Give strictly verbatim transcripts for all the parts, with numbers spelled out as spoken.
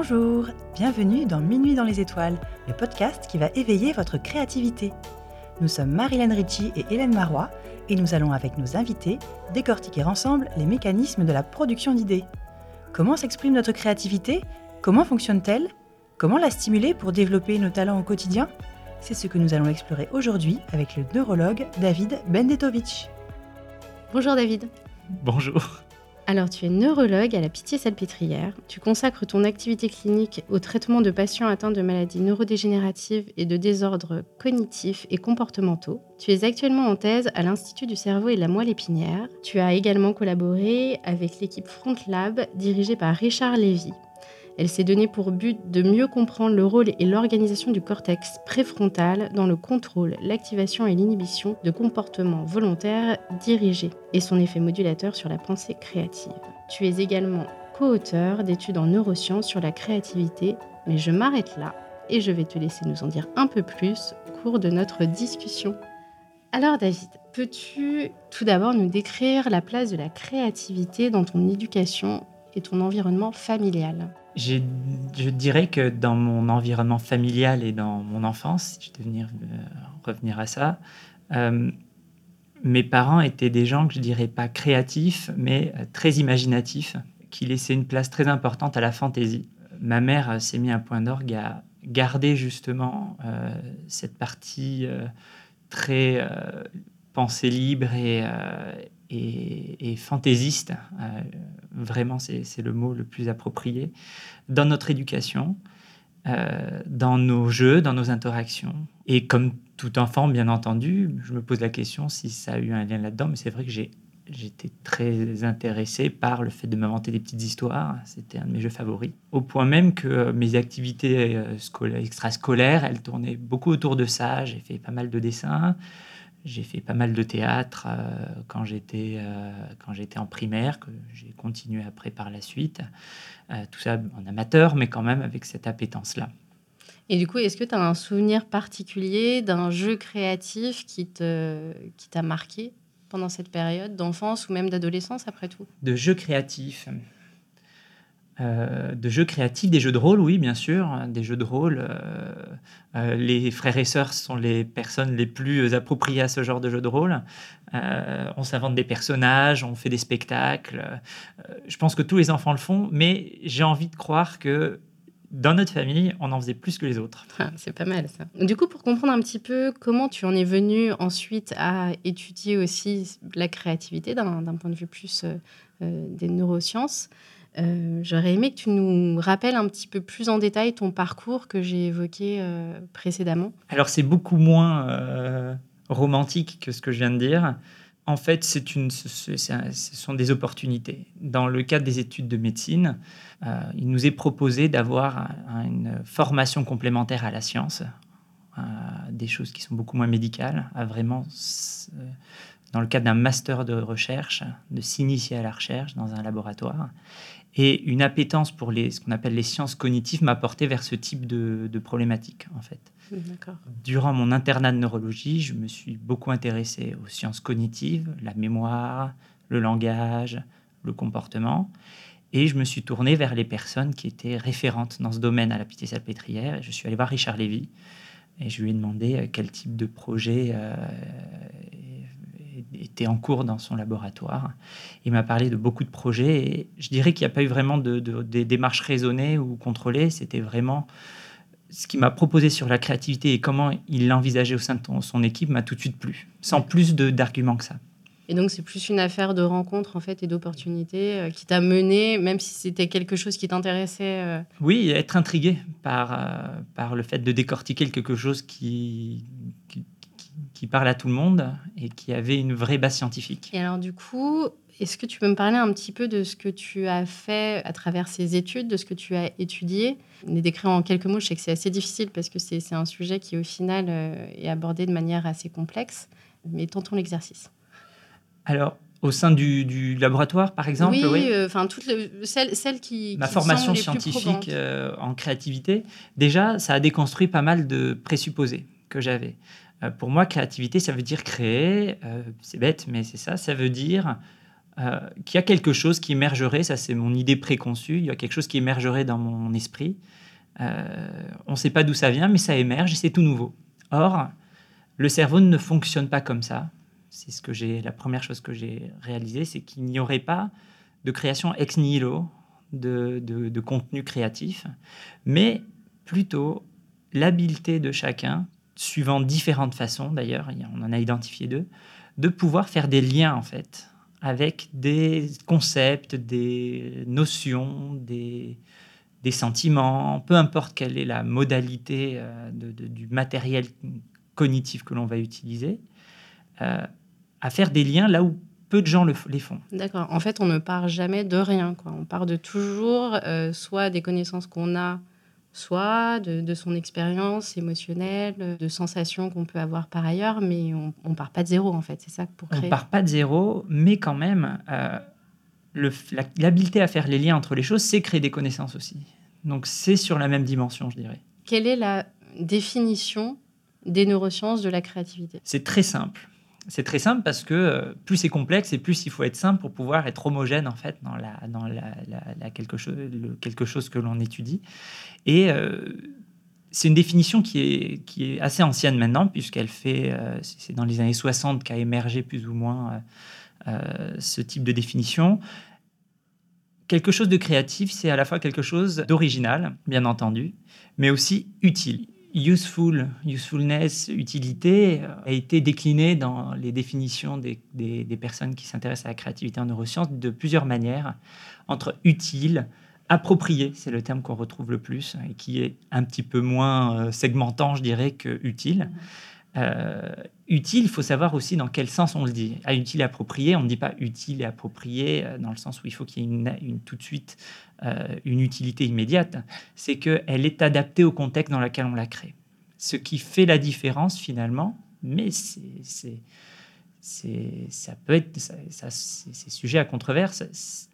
Bonjour, bienvenue dans Minuit dans les étoiles, le podcast qui va éveiller votre créativité. Nous sommes Marilyn Ricci et Hélène Marois et nous allons avec nos invités décortiquer ensemble les mécanismes de la production d'idées. Comment s'exprime notre créativité ? Comment fonctionne-t-elle ? Comment la stimuler pour développer nos talents au quotidien ? C'est ce que nous allons explorer aujourd'hui avec le neurologue David Bendetovic. Bonjour David. Bonjour. Alors, tu es neurologue à la Pitié-Salpêtrière. Tu consacres ton activité clinique au traitement de patients atteints de maladies neurodégénératives et de désordres cognitifs et comportementaux. Tu es actuellement en thèse à l'Institut du cerveau et de la moelle épinière. Tu as également collaboré avec l'équipe FrontLab dirigée par Richard Lévy. Elle s'est donnée pour but de mieux comprendre le rôle et l'organisation du cortex préfrontal dans le contrôle, l'activation et l'inhibition de comportements volontaires dirigés et son effet modulateur sur la pensée créative. Tu es également co-auteur d'études en neurosciences sur la créativité, mais je m'arrête là et je vais te laisser nous en dire un peu plus au cours de notre discussion. Alors David, peux-tu tout d'abord nous décrire la place de la créativité dans ton éducation et ton environnement familial ? J'ai, je dirais que dans mon environnement familial et dans mon enfance, si je devais venir, euh, revenir à ça, euh, mes parents étaient des gens que je dirais pas créatifs, mais euh, très imaginatifs, qui laissaient une place très importante à la fantaisie. Ma mère euh, s'est mis un point d'orgue à garder justement euh, cette partie euh, très euh, pensée libre et, euh, et, et fantaisiste. Euh, vraiment, c'est, c'est le mot le plus approprié, dans notre éducation, euh, dans nos jeux, dans nos interactions. Et comme tout enfant, bien entendu, je me pose la question si ça a eu un lien là-dedans, mais c'est vrai que j'ai, j'étais très intéressé par le fait de m'inventer des petites histoires. C'était un de mes jeux favoris. Au point même que mes activités scolaires, extrascolaires, elles tournaient beaucoup autour de ça. J'ai fait pas mal de dessins. J'ai fait pas mal de théâtre euh, quand, j'étais, euh, quand j'étais en primaire, que j'ai continué après par la suite. Euh, tout ça en amateur, mais quand même avec cette appétence-là. Et du coup, est-ce que tu as un souvenir particulier d'un jeu créatif qui, te, qui t'a marqué pendant cette période d'enfance ou même d'adolescence, après tout ? De jeux créatifs Euh, de jeux créatifs, des jeux de rôle, oui, bien sûr, des jeux de rôle. Euh, euh, les frères et sœurs sont les personnes les plus appropriées à ce genre de jeux de rôle. Euh, on s'invente des personnages, on fait des spectacles. Euh, je pense que tous les enfants le font, mais j'ai envie de croire que dans notre famille, on en faisait plus que les autres. Ah, c'est pas mal, ça. Du coup, pour comprendre un petit peu comment tu en es venu ensuite à étudier aussi la créativité d'un, d'un point de vue plus euh, euh, des neurosciences, Euh, j'aurais aimé que tu nous rappelles un petit peu plus en détail ton parcours que j'ai évoqué euh, précédemment. Alors, c'est beaucoup moins euh, romantique que ce que je viens de dire. En fait, c'est une, c'est, c'est un, ce sont des opportunités. Dans le cadre des études de médecine, euh, il nous est proposé d'avoir un, une formation complémentaire à la science, euh, des choses qui sont beaucoup moins médicales, à vraiment, euh, dans le cadre d'un master de recherche, de s'initier à la recherche dans un laboratoire. Et une appétence pour les, ce qu'on appelle les sciences cognitives m'a porté vers ce type de, de problématique, en fait. D'accord. Durant mon internat de neurologie, je me suis beaucoup intéressé aux sciences cognitives, la mémoire, le langage, le comportement. Et je me suis tourné vers les personnes qui étaient référentes dans ce domaine à la Pitié-Salpêtrière. Je suis allé voir Richard Lévy et je lui ai demandé quel type de projet euh, était en cours dans son laboratoire. Il m'a parlé de beaucoup de projets et je dirais qu'il n'y a pas eu vraiment de, de, de démarches raisonnées ou contrôlées. C'était vraiment ce qu'il m'a proposé sur la créativité et comment il l'envisageait au sein de ton, son équipe m'a tout de suite plu, sans plus de, d'arguments que ça. Et donc, c'est plus une affaire de rencontre en fait, et d'opportunités euh, qui t'a mené, même si c'était quelque chose qui t'intéressait. Euh... Oui, être intrigué par, euh, par le fait de décortiquer quelque chose qui, qui, qui parle à tout le monde et qui avait une vraie base scientifique. Et alors, du coup, est-ce que tu peux me parler un petit peu de ce que tu as fait à travers ces études, de ce que tu as étudié ? Les décrire en quelques mots, je sais que c'est assez difficile parce que c'est, c'est un sujet qui, au final, euh, est abordé de manière assez complexe. Mais tentons l'exercice. Alors, au sein du, du laboratoire, par exemple, oui, enfin oui. euh, toutes les, celles, celles qui ma qui formation les scientifique euh, en créativité, déjà, ça a déconstruit pas mal de présupposés que j'avais. Euh, pour moi, créativité, ça veut dire créer. Euh, c'est bête, mais c'est ça. Ça veut dire euh, qu'il y a quelque chose qui émergerait, ça c'est mon idée préconçue, il y a quelque chose qui émergerait dans mon esprit. Euh, on ne sait pas d'où ça vient, mais ça émerge et c'est tout nouveau. Or, le cerveau ne fonctionne pas comme ça. C'est ce que j'ai, la première chose que j'ai réalisée, c'est qu'il n'y aurait pas de création ex nihilo, de, de, de contenu créatif, mais plutôt l'habileté de chacun, suivant différentes façons d'ailleurs, on en a identifié deux, de pouvoir faire des liens en fait, avec des concepts, des notions, des, des sentiments, peu importe quelle est la modalité euh, de, de, du matériel cognitif que l'on va utiliser, euh, à faire des liens là où peu de gens le, les font. D'accord. En fait, on ne part jamais de rien, quoi. On part de toujours, euh, soit des connaissances qu'on a, soit de, de son expérience émotionnelle, de sensations qu'on peut avoir par ailleurs, mais on ne part pas de zéro, en fait. C'est ça pour créer. On ne part pas de zéro, mais quand même, euh, le, la, l'habileté à faire les liens entre les choses, c'est créer des connaissances aussi. Donc, c'est sur la même dimension, je dirais. Quelle est la définition des neurosciences de la créativité ? C'est très simple. C'est très simple parce que euh, plus c'est complexe et plus il faut être simple pour pouvoir être homogène en fait dans, la, dans la, la, la quelque, chose, le, quelque chose que l'on étudie. Et euh, c'est une définition qui est, qui est assez ancienne maintenant puisqu'elle fait, euh, c'est dans les années soixante qu'a émergé plus ou moins euh, euh, ce type de définition. Quelque chose de créatif, c'est à la fois quelque chose d'original, bien entendu, mais aussi utile. Useful, usefulness, utilité a été décliné dans les définitions des, des, des personnes qui s'intéressent à la créativité en neurosciences de plusieurs manières, entre utile, approprié, c'est le terme qu'on retrouve le plus et qui est un petit peu moins segmentant, je dirais, que utile. Euh, utile, il faut savoir aussi dans quel sens on le dit. À utile et approprié, on ne dit pas utile et approprié dans le sens où il faut qu'il y ait une, une, tout de suite euh, une utilité immédiate. C'est qu'elle est adaptée au contexte dans lequel on la crée. Ce qui fait la différence finalement, mais c'est, c'est, c'est, ça peut être, ça, ça, c'est, c'est sujet à controverse. C'est,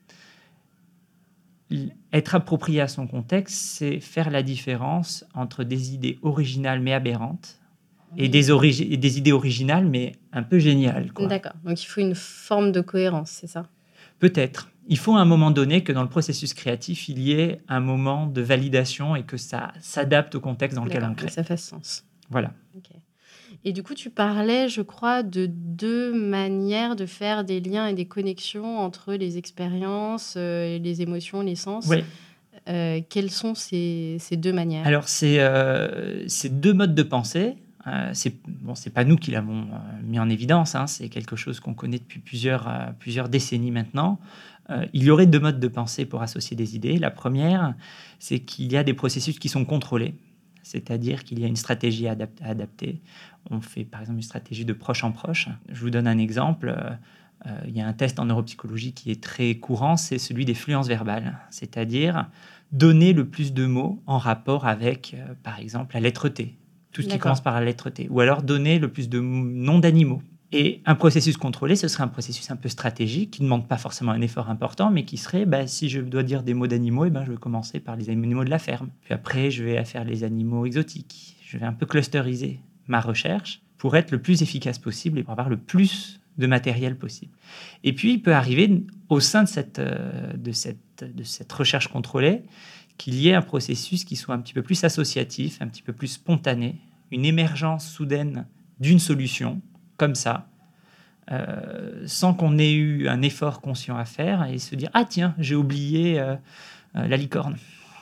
être approprié à son contexte, c'est faire la différence entre des idées originales mais aberrantes et des, origi- et des idées originales, mais un peu géniales. Quoi. D'accord. Donc, il faut une forme de cohérence, c'est ça ? Peut-être. Il faut à un moment donné que dans le processus créatif, il y ait un moment de validation et que ça s'adapte au contexte dans lequel D'accord, on crée. que ça fasse sens. Voilà. Okay. Et du coup, tu parlais, je crois, de deux manières de faire des liens et des connexions entre les expériences, euh, les émotions, les sens. Oui. Euh, quelles sont ces, ces deux manières ? Alors, c'est, euh, c'est deux modes de pensée. Euh, c'est bon, c'est pas nous qui l'avons euh, mis en évidence, hein, c'est quelque chose qu'on connaît depuis plusieurs, euh, plusieurs décennies maintenant. Euh, il y aurait deux modes de pensée pour associer des idées. La première, c'est qu'il y a des processus qui sont contrôlés, c'est-à-dire qu'il y a une stratégie à adap- à adapter. On fait par exemple une stratégie de proche en proche. Je vous donne un exemple. Euh, euh, il y a un test en neuropsychologie qui est très courant, c'est celui des fluences verbales, c'est-à-dire donner le plus de mots en rapport avec, euh, par exemple, la lettre T. Tout ce qui D'accord. commence par la lettre T. Ou alors donner le plus de noms d'animaux. Et un processus contrôlé, ce serait un processus un peu stratégique qui ne demande pas forcément un effort important, mais qui serait, bah, si je dois dire des mots d'animaux, eh ben, je vais commencer par les animaux de la ferme. Puis après, je vais faire les animaux exotiques. Je vais un peu clusteriser ma recherche pour être le plus efficace possible et pour avoir le plus de matériel possible. Et puis, il peut arriver au sein de cette, euh, de cette, de cette recherche contrôlée qu'il y ait un processus qui soit un petit peu plus associatif, un petit peu plus spontané, une émergence soudaine d'une solution, comme ça, euh, sans qu'on ait eu un effort conscient à faire, et se dire « Ah tiens, j'ai oublié euh, euh, la licorne ».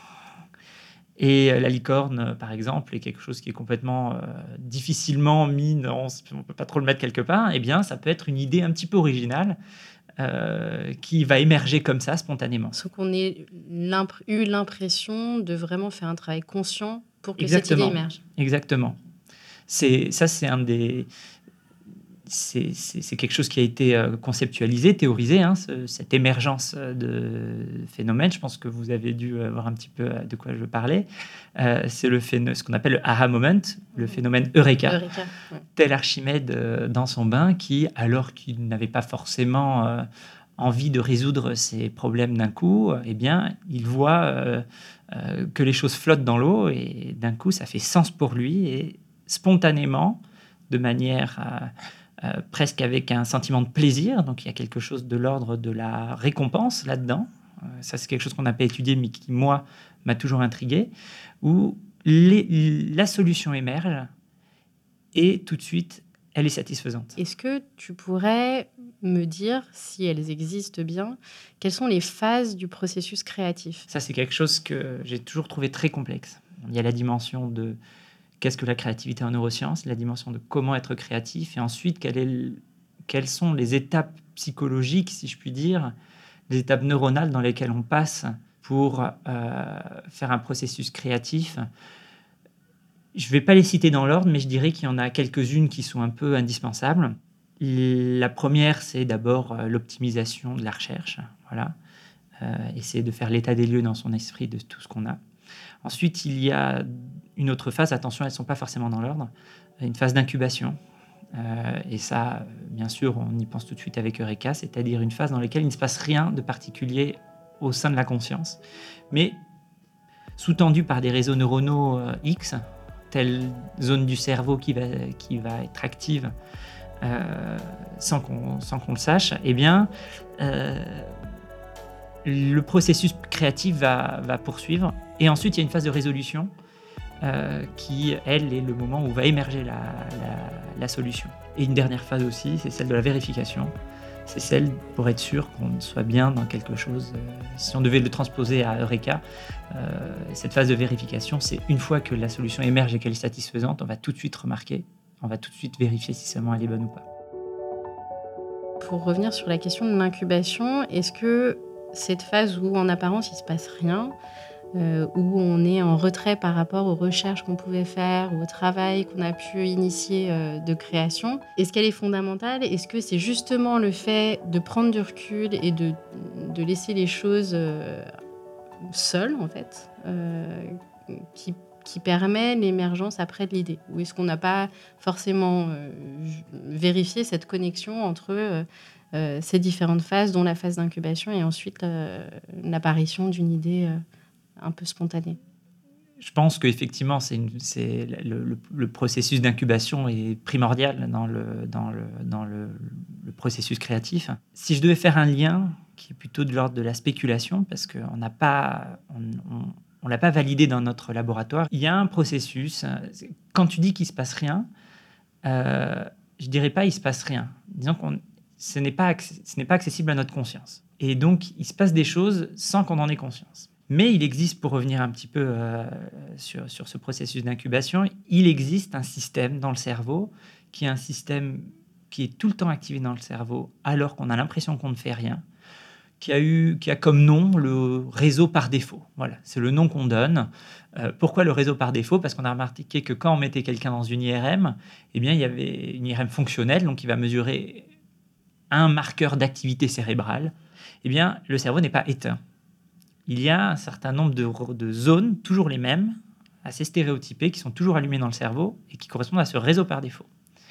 Et euh, la licorne, euh, par exemple, est quelque chose qui est complètement euh, difficilement mis, non, on ne peut pas trop le mettre quelque part, eh bien, ça peut être une idée un petit peu originale, Euh, qui va émerger comme ça, spontanément. Sans qu'on ait l'imp- eu l'impression de vraiment faire un travail conscient pour que Exactement. cette idée émerge. Exactement. C'est, ça, c'est un des... C'est, c'est, c'est quelque chose qui a été euh, conceptualisé, théorisé, hein, ce, cette émergence de phénomènes. Je pense que vous avez dû voir un petit peu de quoi je parlais. Euh, c'est le phéno- ce qu'on appelle le aha moment, le phénomène Eureka. Eureka, ouais. Tel Archimède euh, dans son bain qui, alors qu'il n'avait pas forcément euh, envie de résoudre ses problèmes d'un coup, eh bien, il voit euh, euh, que les choses flottent dans l'eau et d'un coup, ça fait sens pour lui et spontanément, de manière... Euh, euh, presque avec un sentiment de plaisir. Donc, il y a quelque chose de l'ordre de la récompense là-dedans. Euh, ça, c'est quelque chose qu'on n'a pas étudié, mais qui, moi, m'a toujours intrigué, où les, la solution émerge et tout de suite, elle est satisfaisante. Est-ce que tu pourrais me dire, si elles existent bien, quelles sont les phases du processus créatif ? Ça, c'est quelque chose que j'ai toujours trouvé très complexe. Il y a la dimension de qu'est-ce que la créativité en neurosciences, la dimension de comment être créatif, et ensuite, quelle est, quelles sont les étapes psychologiques, si je puis dire, les étapes neuronales dans lesquelles on passe pour euh, faire un processus créatif. Je ne vais pas les citer dans l'ordre, mais je dirais qu'il y en a quelques-unes qui sont un peu indispensables. La première, c'est d'abord l'optimisation de la recherche. Voilà. Euh, essayer de faire l'état des lieux dans son esprit de tout ce qu'on a. Ensuite, il y a une autre phase, attention, elles ne sont pas forcément dans l'ordre, une phase d'incubation. Euh, et ça, bien sûr, on y pense tout de suite avec Eureka, c'est-à-dire une phase dans laquelle il ne se passe rien de particulier au sein de la conscience, mais sous-tendu par des réseaux neuronaux euh, X, telle zone du cerveau qui va, qui va être active euh, sans qu'on, sans qu'on le sache, eh bien, euh, le processus créatif va, va poursuivre. Et ensuite, il y a une phase de résolution euh, qui, elle, est le moment où va émerger la, la, la solution. Et une dernière phase aussi, c'est celle de la vérification. C'est celle pour être sûr qu'on soit bien dans quelque chose. Si on devait le transposer à Eureka, euh, cette phase de vérification, c'est une fois que la solution émerge et qu'elle est satisfaisante, on va tout de suite remarquer, on va tout de suite vérifier si seulement elle est bonne ou pas. Pour revenir sur la question de l'incubation, est-ce que cette phase où en apparence il ne se passe rien, euh, où on est en retrait par rapport aux recherches qu'on pouvait faire ou au travail qu'on a pu initier euh, de création, est-ce qu'elle est fondamentale ? Est-ce que c'est justement le fait de prendre du recul et de, de laisser les choses euh, seules, en fait, euh, qui, qui permet l'émergence après de l'idée ? Ou est-ce qu'on n'a pas forcément euh, vérifié cette connexion entre euh, euh, ces différentes phases, dont la phase d'incubation et ensuite euh, l'apparition d'une idée euh, un peu spontanée ? Je pense qu'effectivement, c'est une, c'est le, le, le processus d'incubation est primordial dans, le, dans, le, dans le, le processus créatif. Si je devais faire un lien qui est plutôt de l'ordre de la spéculation, parce qu'on n'a pas... On, on, on ne l'a pas validé dans notre laboratoire. Il y a un processus. Quand tu dis qu'il ne se passe rien, euh, je ne dirais pas il ne se passe rien. Disons que ce n'est pas, ce n'est pas accessible à notre conscience. Et donc, il se passe des choses sans qu'on en ait conscience. Mais il existe, pour revenir un petit peu euh, sur, sur ce processus d'incubation, il existe un système dans le cerveau qui est un système qui est tout le temps activé dans le cerveau alors qu'on a l'impression qu'on ne fait rien, qui a, eu, qui a comme nom le réseau par défaut. Voilà, c'est le nom qu'on donne. Euh, pourquoi le réseau par défaut ? Parce qu'on a remarqué que quand on mettait quelqu'un dans une I R M, eh bien, il y avait une I R M fonctionnelle, donc qui va mesurer un marqueur d'activité cérébrale. Eh bien, le cerveau n'est pas éteint. Il y a un certain nombre de, de zones, toujours les mêmes, assez stéréotypées, qui sont toujours allumées dans le cerveau et qui correspondent à ce réseau par défaut.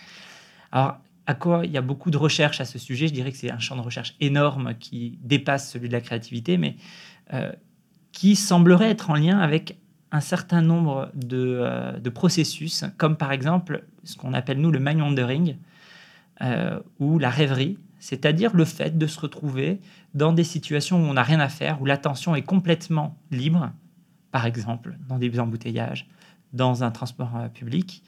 Alors, à quoi il y a beaucoup de recherches à ce sujet. Je dirais que c'est un champ de recherche énorme qui dépasse celui de la créativité, mais euh, qui semblerait être en lien avec un certain nombre de, euh, de processus, comme par exemple ce qu'on appelle, nous, le mind wandering, euh, ou la rêverie, c'est-à-dire le fait de se retrouver dans des situations où on n'a rien à faire, où l'attention est complètement libre, par exemple dans des embouteillages, dans un transport euh, public.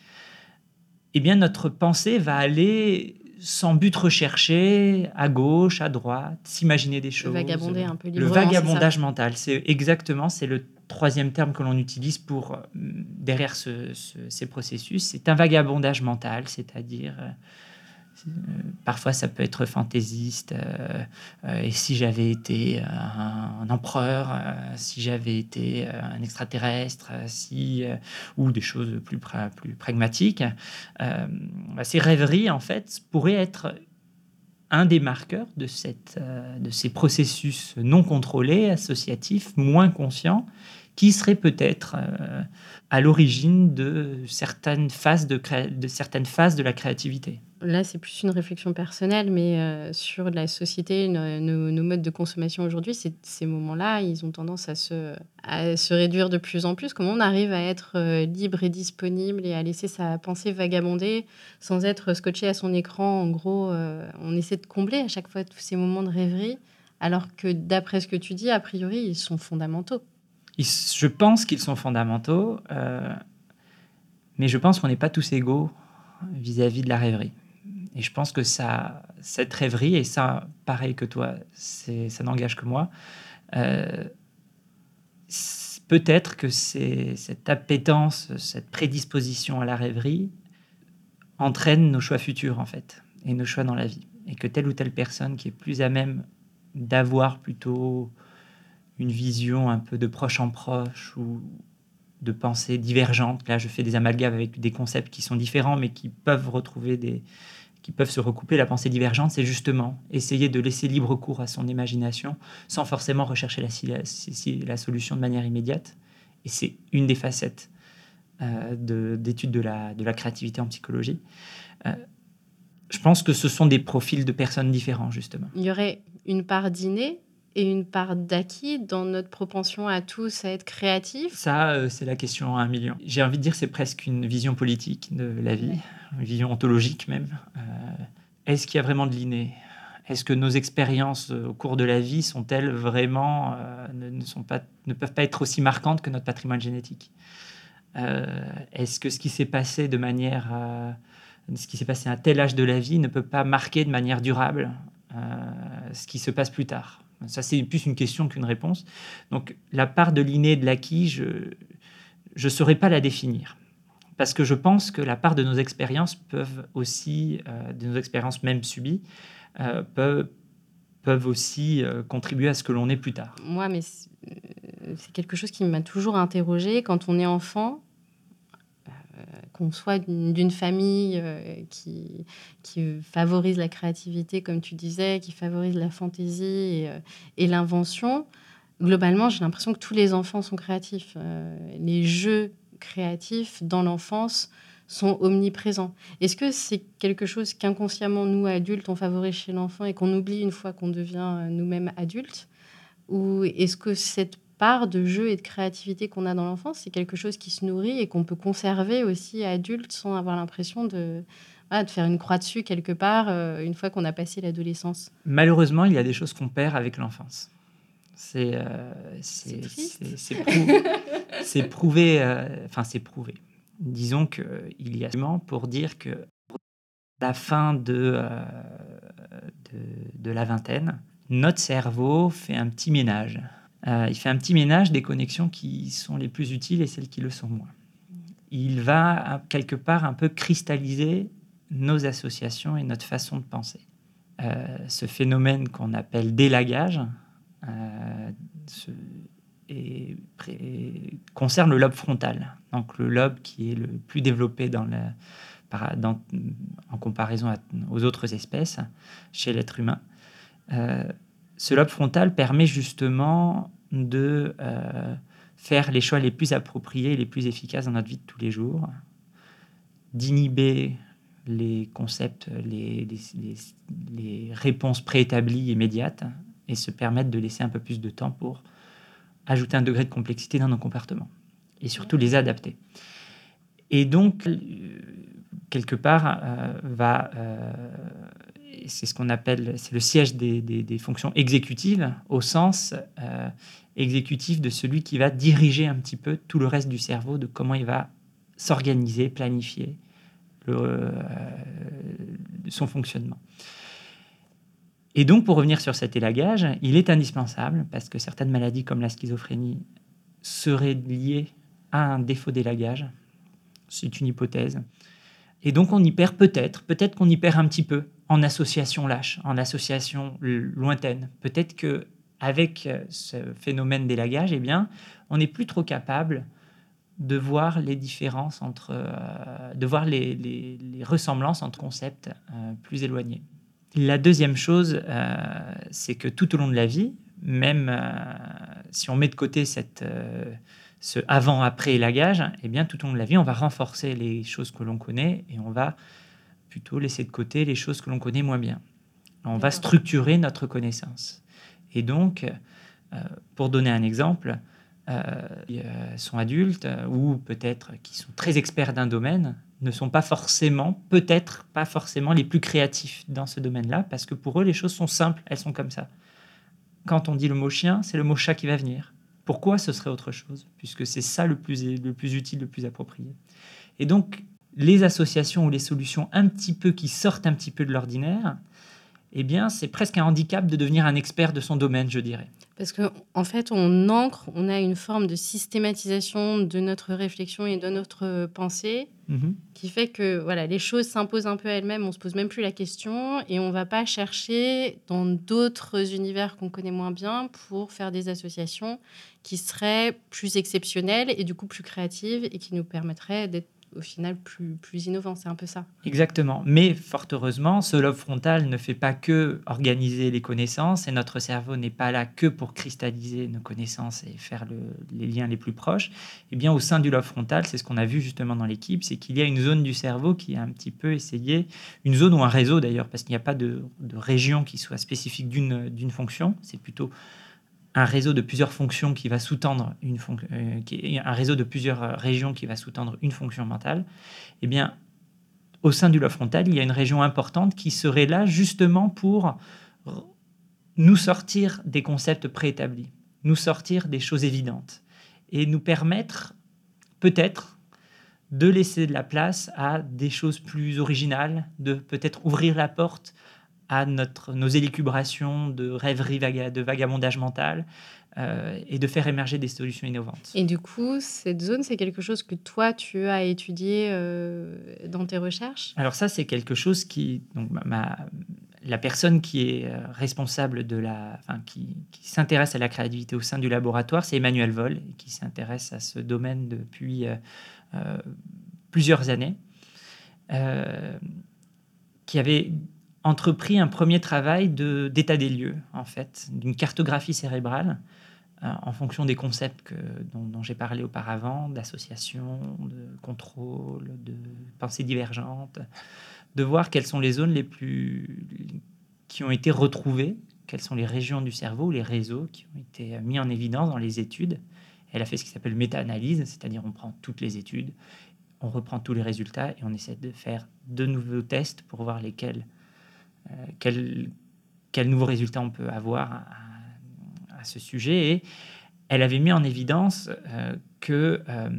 Eh bien, notre pensée va aller sans but recherché, à gauche, à droite, s'imaginer des choses. Vagabonder un peu librement. Le vagabondage c'est mental, c'est exactement, c'est le troisième terme que l'on utilise pour, euh, derrière ce, ce, ces processus. C'est un vagabondage mental, c'est-à-dire... Euh, Euh, parfois, ça peut être fantaisiste. Euh, euh, et si j'avais été un, un empereur, euh, si j'avais été un extraterrestre, si, euh, ou des choses plus, pra- plus pragmatiques. Euh, ces rêveries, en fait, pourraient être un des marqueurs de, cette, euh, de ces processus non contrôlés, associatifs, moins conscients, qui seraient peut-être euh, à l'origine de certaines phases de, cré- de certaines phases de la créativité. Là, c'est plus une réflexion personnelle, mais euh, sur la société, nos, nos- nos modes de consommation aujourd'hui, c'est- ces moments-là, ils ont tendance à se, à se réduire de plus en plus. Comment on arrive à être euh, libre et disponible et à laisser sa pensée vagabonder sans être scotché à son écran? En gros, euh, on essaie de combler à chaque fois tous ces moments de rêverie, alors que d'après ce que tu dis, a priori, ils sont fondamentaux. Ils- je pense qu'ils sont fondamentaux, euh, mais je pense qu'on n'est pas tous égaux vis-à-vis de la rêverie. Et je pense que ça, cette rêverie, et ça, pareil que toi, c'est, ça n'engage que moi, euh, c'est- peut-être que c'est, cette appétence, cette prédisposition à la rêverie entraîne nos choix futurs, en fait, et nos choix dans la vie. Et que telle ou telle personne qui est plus à même d'avoir plutôt une vision un peu de proche en proche ou de pensée divergente, là je fais des amalgames avec des concepts qui sont différents mais qui peuvent retrouver des, qui peuvent se recouper. La pensée divergente, c'est justement essayer de laisser libre cours à son imagination sans forcément rechercher la, la, la solution de manière immédiate. Et c'est une des facettes euh, de, d'études de la, de la créativité en psychologie. Euh, je pense que ce sont des profils de personnes différents, justement. Il y aurait une part d'inné et une part d'acquis dans notre propension à tous à être créatifs. Ça, euh, c'est la question à un million. J'ai envie de dire que c'est presque une vision politique de la vie, Ouais. une vision ontologique même. Euh, est-ce qu'il y a vraiment de l'inné ? Est-ce que nos expériences euh, au cours de la vie sont-elles vraiment euh, ne, ne, sont pas, ne peuvent pas être aussi marquantes que notre patrimoine génétique ? euh, Est-ce que ce qui s'est passé de manière, euh, ce qui s'est passé à tel âge de la vie ne peut pas marquer de manière durable euh, ce qui se passe plus tard ? Ça, c'est plus une question qu'une réponse. Donc, la part de l'inné et de l'acquis, je ne saurais pas la définir. Parce que je pense que la part de nos expériences peuvent aussi, euh, de nos expériences même subies, euh, peuvent, peuvent aussi euh, contribuer à ce que l'on est plus tard. Moi, mais c'est euh, c'est quelque chose qui m'a toujours interrogée. Quand on est enfant, euh, qu'on soit d'une d'une famille euh, qui, qui favorise la créativité, comme tu disais, qui favorise la fantaisie et, euh, et l'invention, globalement, j'ai l'impression que tous les enfants sont créatifs. Euh, les jeux créatifs dans l'enfance sont omniprésents. Est-ce que c'est quelque chose qu'inconsciemment, nous, adultes, on favorise chez l'enfant et qu'on oublie une fois qu'on devient euh, nous-mêmes adultes? Ou est-ce que cette part de jeu et de créativité qu'on a dans l'enfance, c'est quelque chose qui se nourrit et qu'on peut conserver aussi adulte sans avoir l'impression de, voilà, de faire une croix dessus quelque part euh, une fois qu'on a passé l'adolescence? Malheureusement, il y a des choses qu'on perd avec l'enfance. C'est euh, C'est c'est- triste. c'est- c'est prou- c'est prouvé, euh, enfin c'est prouvé. Disons qu'il y a argument pour dire que à la fin de, euh, de, de la vingtaine, notre cerveau fait un petit ménage. Euh, il fait un petit ménage des connexions qui sont les plus utiles et celles qui le sont moins. Il va quelque part un peu cristalliser nos associations et notre façon de penser. Euh, ce phénomène qu'on appelle délagage euh, ce, est, est, concerne le lobe frontal, donc le lobe qui est le plus développé dans la, par, dans, en comparaison à, aux autres espèces chez l'être humain. Euh, ce lobe frontal permet justement de euh, faire les choix les plus appropriés et les plus efficaces dans notre vie de tous les jours, d'inhiber les concepts, les, les, les, les réponses préétablies immédiates et se permettre de laisser un peu plus de temps pour ajouter un degré de complexité dans nos comportements et surtout les adapter. Et donc, quelque part, euh, va, euh, c'est ce qu'on appelle, c'est le siège des, des, des fonctions exécutives au sens euh, exécutif de celui qui va diriger un petit peu tout le reste du cerveau, de comment il va s'organiser, planifier le, euh, son fonctionnement. Et donc, pour revenir sur cet élagage, il est indispensable, parce que certaines maladies comme la schizophrénie seraient liées à un défaut d'élagage. C'est une hypothèse. Et donc, on y perd peut-être, peut-être qu'on y perd un petit peu en association lâche, en association lointaine. Peut-être qu'avec ce phénomène d'élagage, eh bien, on n'est plus trop capable de voir les différences entre, euh, de voir les, les, les ressemblances entre concepts euh, plus éloignés. La deuxième chose, euh, c'est que tout au long de la vie, même euh, si on met de côté cette, euh, ce avant-après élagage, eh bien, tout au long de la vie, on va renforcer les choses que l'on connaît et on va plutôt laisser de côté les choses que l'on connaît moins bien. On D'accord. va structurer notre connaissance. Et donc, euh, pour donner un exemple, euh, qui euh, sont adultes euh, ou peut-être qui sont très experts d'un domaine ne sont pas forcément, peut-être pas forcément les plus créatifs dans ce domaine-là, parce que pour eux, les choses sont simples, elles sont comme ça. Quand on dit le mot chien, c'est le mot chat qui va venir. Pourquoi ce serait autre chose? Puisque c'est ça le plus, le plus utile, le plus approprié. Et donc, les associations ou les solutions un petit peu qui sortent un petit peu de l'ordinaire, eh bien, c'est presque un handicap de devenir un expert de son domaine, je dirais. Parce qu'en en fait, on ancre, on a une forme de systématisation de notre réflexion et de notre pensée Mm-hmm. qui fait que voilà, les choses s'imposent un peu à elles-mêmes, on ne se pose même plus la question et on ne va pas chercher dans d'autres univers qu'on connaît moins bien pour faire des associations qui seraient plus exceptionnelles et du coup plus créatives et qui nous permettraient d'être au final plus, plus innovants. C'est un peu ça. Exactement. Mais fort heureusement, ce lobe frontal ne fait pas que organiser les connaissances et notre cerveau n'est pas là que pour cristalliser nos connaissances et faire le, les liens les plus proches. Eh bien, au sein du lobe frontal, c'est ce qu'on a vu justement dans l'équipe, c'est qu'il y a une zone du cerveau qui a un petit peu essayé, une zone ou un réseau d'ailleurs, parce qu'il n'y a pas de, de région qui soit spécifique d'une, d'une fonction, c'est plutôt un réseau de plusieurs fonctions qui va sous-tendre une fon- euh, qui est un réseau de plusieurs régions qui va sous-tendre une fonction mentale. Eh bien, au sein du lobe frontal, il y a une région importante qui serait là justement pour nous sortir des concepts préétablis, nous sortir des choses évidentes et nous permettre peut-être de laisser de la place à des choses plus originales, de peut-être ouvrir la porte à notre, nos élucubrations de rêverie, vaga, de vagabondage mental euh, et de faire émerger des solutions innovantes. Et du coup, cette zone, c'est quelque chose que toi, tu as étudié euh, dans tes recherches? Alors ça, c'est quelque chose qui... Donc, ma, ma, la personne qui est responsable de la... Enfin, qui, qui s'intéresse à la créativité au sein du laboratoire, c'est Emmanuel Voll, qui s'intéresse à ce domaine depuis euh, euh, plusieurs années, euh, qui avait entrepris un premier travail de, d'état des lieux, en fait, d'une cartographie cérébrale, euh, en fonction des concepts que, dont, dont j'ai parlé auparavant, d'association, de contrôle, de pensée divergente, de voir quelles sont les zones les plus qui ont été retrouvées, quelles sont les régions du cerveau, les réseaux qui ont été mis en évidence dans les études. Elle a fait ce qui s'appelle méta-analyse, c'est-à-dire on prend toutes les études, on reprend tous les résultats et on essaie de faire de nouveaux tests pour voir lesquels Euh, quels quel nouveaux résultats on peut avoir à, à ce sujet. Et elle avait mis en évidence euh, que euh,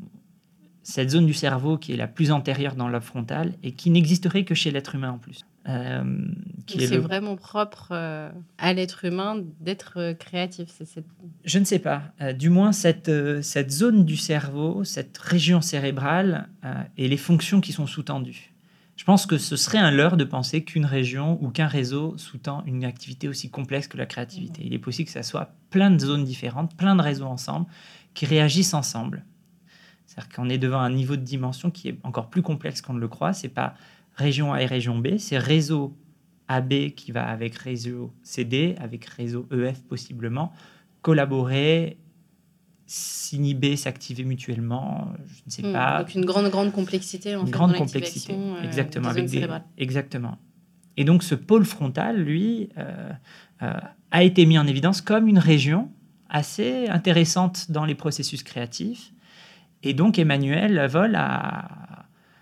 cette zone du cerveau qui est la plus antérieure dans le lobe frontal et qui n'existerait que chez l'être humain en plus. Euh, qui Donc est c'est le... vraiment propre euh, à l'être humain d'être euh, créatif. C'est cette... Je ne sais pas. Euh, du moins, cette, euh, cette zone du cerveau, cette région cérébrale euh, et les fonctions qui sont sous-tendues. Je pense que ce serait un leurre de penser qu'une région ou qu'un réseau sous-tend une activité aussi complexe que la créativité. Il est possible que ça soit plein de zones différentes, plein de réseaux ensemble, qui réagissent ensemble. C'est-à-dire qu'on est devant un niveau de dimension qui est encore plus complexe qu'on ne le croit. Ce n'est pas région A et région B, c'est réseau A B qui va avec réseau C D, avec réseau E F possiblement, collaborer, s'inhiber, s'activer mutuellement, je ne sais Mmh, pas. donc une grande, grande complexité en une fait, grande dans complexité, l'activation euh, exactement, des avec zones des, cérébrales. exactement. Et donc ce pôle frontal, lui, euh, euh, a été mis en évidence comme une région assez intéressante dans les processus créatifs. Et donc Emmanuel Voll a,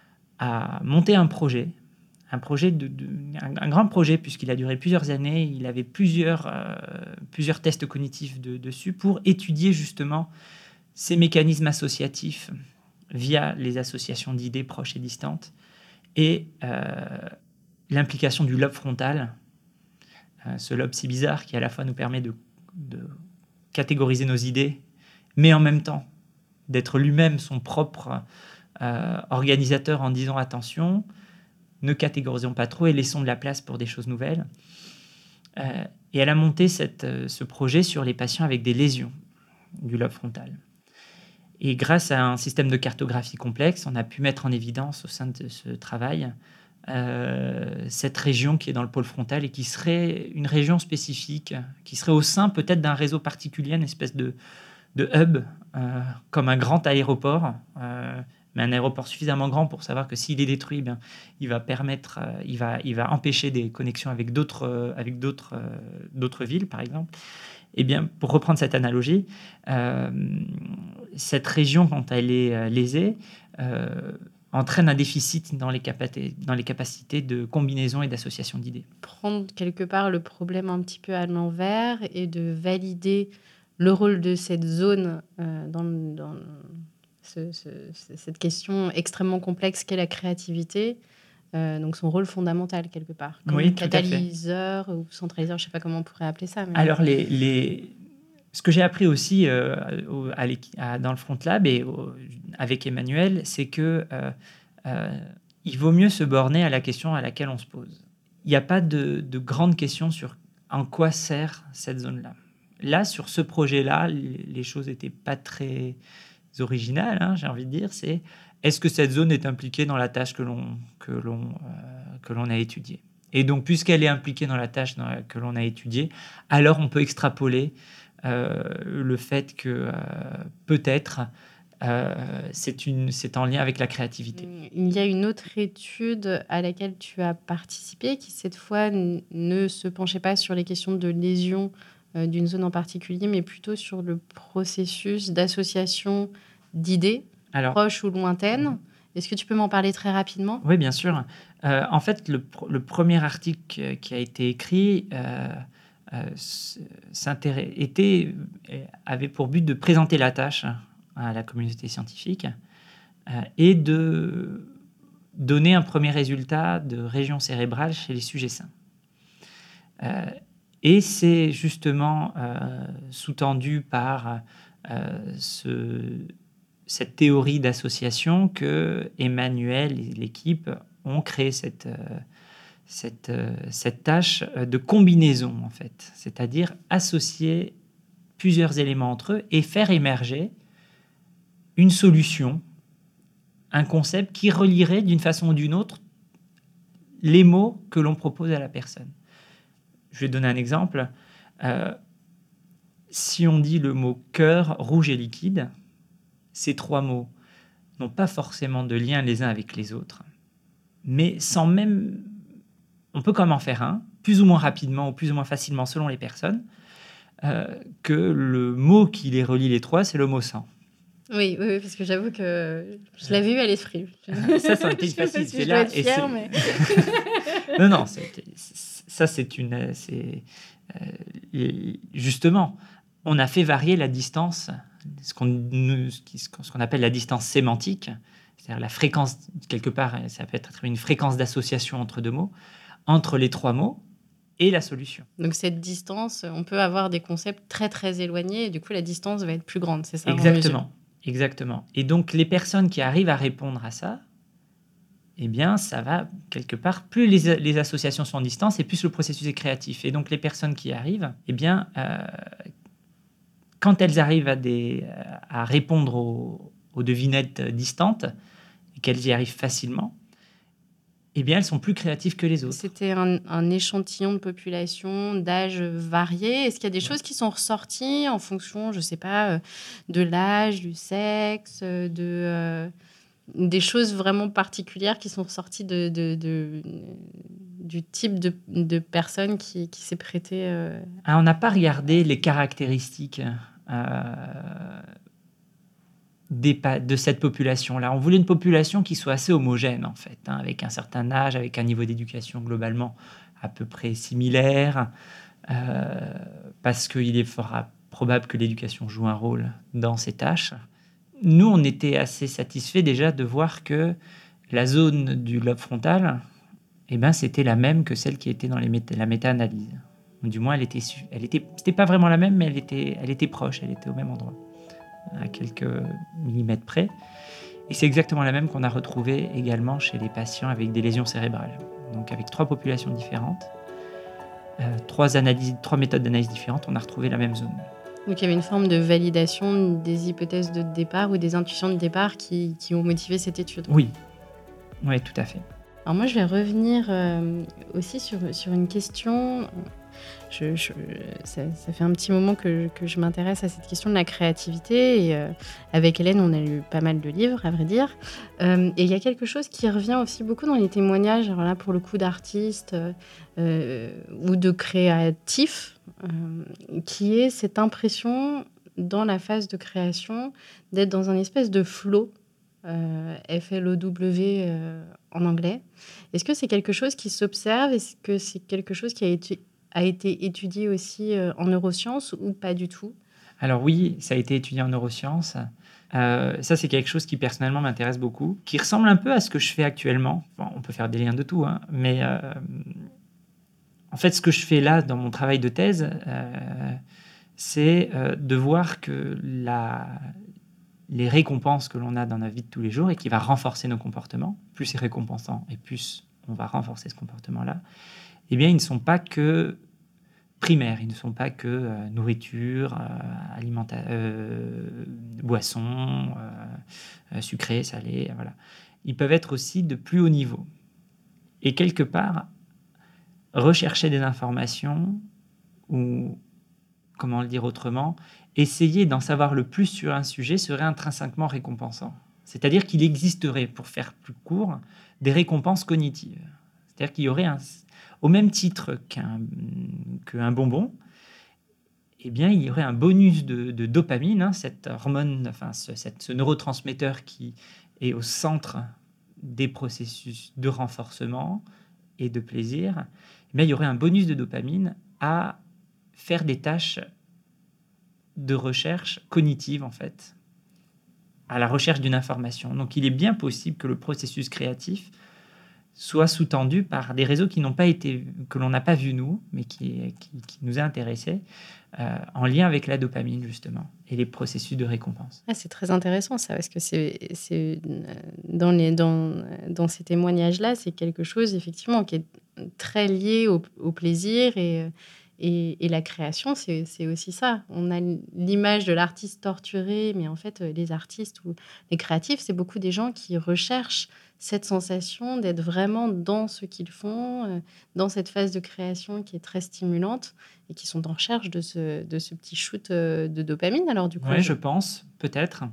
a monté un projet, un projet de, de un, un grand projet puisqu'il a duré plusieurs années. Il avait plusieurs euh, plusieurs tests cognitifs de, dessus pour étudier justement ces mécanismes associatifs via les associations d'idées proches et distantes et euh, l'implication du lobe frontal, euh, ce lobe si bizarre qui à la fois nous permet de, de catégoriser nos idées, mais en même temps d'être lui-même son propre euh, organisateur en disant attention, ne catégorisons pas trop et laissons de la place pour des choses nouvelles. Euh, et elle a monté cette, euh, ce projet sur les patients avec des lésions du lobe frontal. Et grâce à un système de cartographie complexe, on a pu mettre en évidence au sein de ce travail euh, cette région qui est dans le pôle frontal et qui serait une région spécifique, qui serait au sein peut-être d'un réseau particulier, une espèce de, de hub, euh, comme un grand aéroport, euh, mais un aéroport suffisamment grand pour savoir que s'il est détruit, eh bien, il va permettre, euh, il va, il va empêcher des connexions avec d'autres, euh, avec d'autres, euh, d'autres villes, par exemple. Eh bien, pour reprendre cette analogie, euh, cette région, quand elle est euh, lésée, euh, entraîne un déficit dans les, capacités, dans les capacités de combinaison et d'association d'idées. Prendre quelque part le problème un petit peu à l'envers et de valider le rôle de cette zone euh, dans, dans ce, ce, cette question extrêmement complexe qu'est la créativité. Euh, donc son rôle fondamental quelque part, comme oui, catalyseur ou centraliseur, je ne sais pas comment on pourrait appeler ça. Mais... Alors les, les... ce que j'ai appris aussi euh, au, à à, dans le Front Lab et au, avec Emmanuel, c'est que euh, euh, il vaut mieux se borner à la question à laquelle on se pose. Il n'y a pas de, de grandes questions sur en quoi sert cette zone-là. Là, sur ce projet-là, les, les choses n'étaient pas très originales, hein, j'ai envie de dire. C'est est-ce que cette zone est impliquée dans la tâche que l'on, que l'on, euh, que l'on a étudiée ? Et donc, puisqu'elle est impliquée dans la tâche dans la, que l'on a étudiée, alors on peut extrapoler euh, le fait que euh, peut-être euh, c'est, une, c'est en lien avec la créativité. Il y a une autre étude à laquelle tu as participé qui, cette fois, n- ne se penchait pas sur les questions de lésion euh, d'une zone en particulier, mais plutôt sur le processus d'association d'idées, alors, proches ou lointaines. Est-ce que tu peux m'en parler très rapidement ? Oui, bien sûr. Euh, en fait, le, le premier article qui a été écrit euh, euh, était, avait pour but de présenter la tâche à la communauté scientifique euh, et de donner un premier résultat de région cérébrale chez les sujets sains. Euh, et c'est justement euh, sous-tendu par euh, ce... cette théorie d'association que Emmanuel et l'équipe ont créé cette, euh, cette, euh, cette tâche de combinaison, en fait. C'est-à-dire associer plusieurs éléments entre eux et faire émerger une solution, un concept qui relierait d'une façon ou d'une autre les mots que l'on propose à la personne. Je vais donner un exemple. Euh, si on dit le mot « cœur, rouge et liquide », ces trois mots n'ont pas forcément de lien les uns avec les autres, mais sans même... On peut quand même en faire un, plus ou moins rapidement ou plus ou moins facilement selon les personnes, euh, que le mot qui les relie les trois, c'est le mot « sang ». Oui, oui, parce que j'avoue que je l'avais eu à l'esprit. Ça, ça a été facile. C'est là. Et fière, mais... non, non, c'est, ça, c'est une... C'est, euh, justement, on a fait varier la distance... Ce qu'on, ce qu'on appelle la distance sémantique, c'est-à-dire la fréquence, quelque part, ça peut être une fréquence d'association entre deux mots, entre les trois mots et la solution. Donc cette distance, on peut avoir des concepts très très éloignés et du coup la distance va être plus grande, c'est ça ? Exactement, exactement. Et donc les personnes qui arrivent à répondre à ça, eh bien ça va quelque part, plus les, les associations sont en distance et plus le processus est créatif. Et donc les personnes qui arrivent, eh bien... Euh, quand elles arrivent à, des, à répondre aux, aux devinettes distantes et qu'elles y arrivent facilement, eh bien, elles sont plus créatives que les autres. C'était un, un échantillon de population, d'âge varié. Est-ce qu'il y a des ouais. choses qui sont ressorties en fonction, je ne sais pas, de l'âge, du sexe, de, euh, des choses vraiment particulières qui sont ressorties de, de, de, du type de, de personne qui, qui s'est prêtée euh... ah, on n'a pas regardé les caractéristiques Euh, des, de cette population-là. On voulait une population qui soit assez homogène, en fait, hein, avec un certain âge, avec un niveau d'éducation globalement à peu près similaire, euh, parce qu'il est fort probable que l'éducation joue un rôle dans ces tâches. Nous, on était assez satisfaits déjà de voir que la zone du lobe frontal, eh ben, c'était la même que celle qui était dans les méta- la méta-analyse. Du moins, elle était, elle était, c'était pas vraiment la même, mais elle était, elle était proche, elle était au même endroit, à quelques millimètres près. Et c'est exactement la même qu'on a retrouvée également chez les patients avec des lésions cérébrales. Donc, avec trois populations différentes, euh, trois, analyses, trois méthodes d'analyse différentes, on a retrouvé la même zone. Donc, il y avait une forme de validation des hypothèses de départ ou des intuitions de départ qui, qui ont motivé cette étude. Oui, oui, tout à fait. Alors moi, je vais revenir euh, aussi sur, sur une question. je, je, ça, ça fait un petit moment que, que je m'intéresse à cette question de la créativité. Et euh, avec Hélène, on a lu pas mal de livres, à vrai dire. Euh, et il y a quelque chose qui revient aussi beaucoup dans les témoignages, alors là, pour le coup, d'artistes euh, ou de créatifs, euh, qui est cette impression, dans la phase de création, d'être dans un espèce de flow. Euh, F L O W euh, en anglais. Est-ce que c'est quelque chose qui s'observe? Est-ce que c'est quelque chose qui a été, a été étudié aussi euh, en neurosciences ou pas du tout? Alors oui, ça a été étudié en neurosciences. Euh, ça, c'est quelque chose qui personnellement m'intéresse beaucoup, qui ressemble un peu à ce que je fais actuellement. Enfin, on peut faire des liens de tout, hein, mais euh, en fait, ce que je fais là dans mon travail de thèse, euh, c'est euh, de voir que la... les récompenses que l'on a dans la vie de tous les jours et qui va renforcer nos comportements, plus c'est récompensant et plus on va renforcer ce comportement-là, eh bien, ils ne sont pas que primaires, ils ne sont pas que euh, nourriture, euh, alimenta- euh, boissons, euh, sucré, salé, voilà. Ils peuvent être aussi de plus haut niveau. Et quelque part, rechercher des informations ou, comment le dire autrement, essayer d'en savoir le plus sur un sujet serait intrinsèquement récompensant. C'est-à-dire qu'il existerait, pour faire plus court, des récompenses cognitives. C'est-à-dire qu'il y aurait, un, au même titre qu'un, qu'un bonbon, eh bien, il y aurait un bonus de, de dopamine, hein, cette hormone, enfin, ce, cette, ce neurotransmetteur qui est au centre des processus de renforcement et de plaisir. Eh bien, il y aurait un bonus de dopamine à faire des tâches de recherche cognitive, en fait, à la recherche d'une information. Donc, il est bien possible que le processus créatif soit sous-tendu par des réseaux qui n'ont pas été, que l'on n'a pas vu nous, mais qui, qui, qui nous a intéressés, euh, en lien avec la dopamine, justement, et les processus de récompense. Ah, c'est très intéressant, ça, parce que c'est, c'est dans, les, dans, dans ces témoignages-là, c'est quelque chose, effectivement, qui est très lié au, au plaisir et... Et, et la création, c'est, c'est aussi ça. On a l'image de l'artiste torturé, mais en fait, les artistes ou les créatifs, c'est beaucoup des gens qui recherchent cette sensation d'être vraiment dans ce qu'ils font, dans cette phase de création qui est très stimulante et qui sont en recherche de ce, de ce petit shoot de dopamine. Alors, du coup, oui, je pense, peut-être.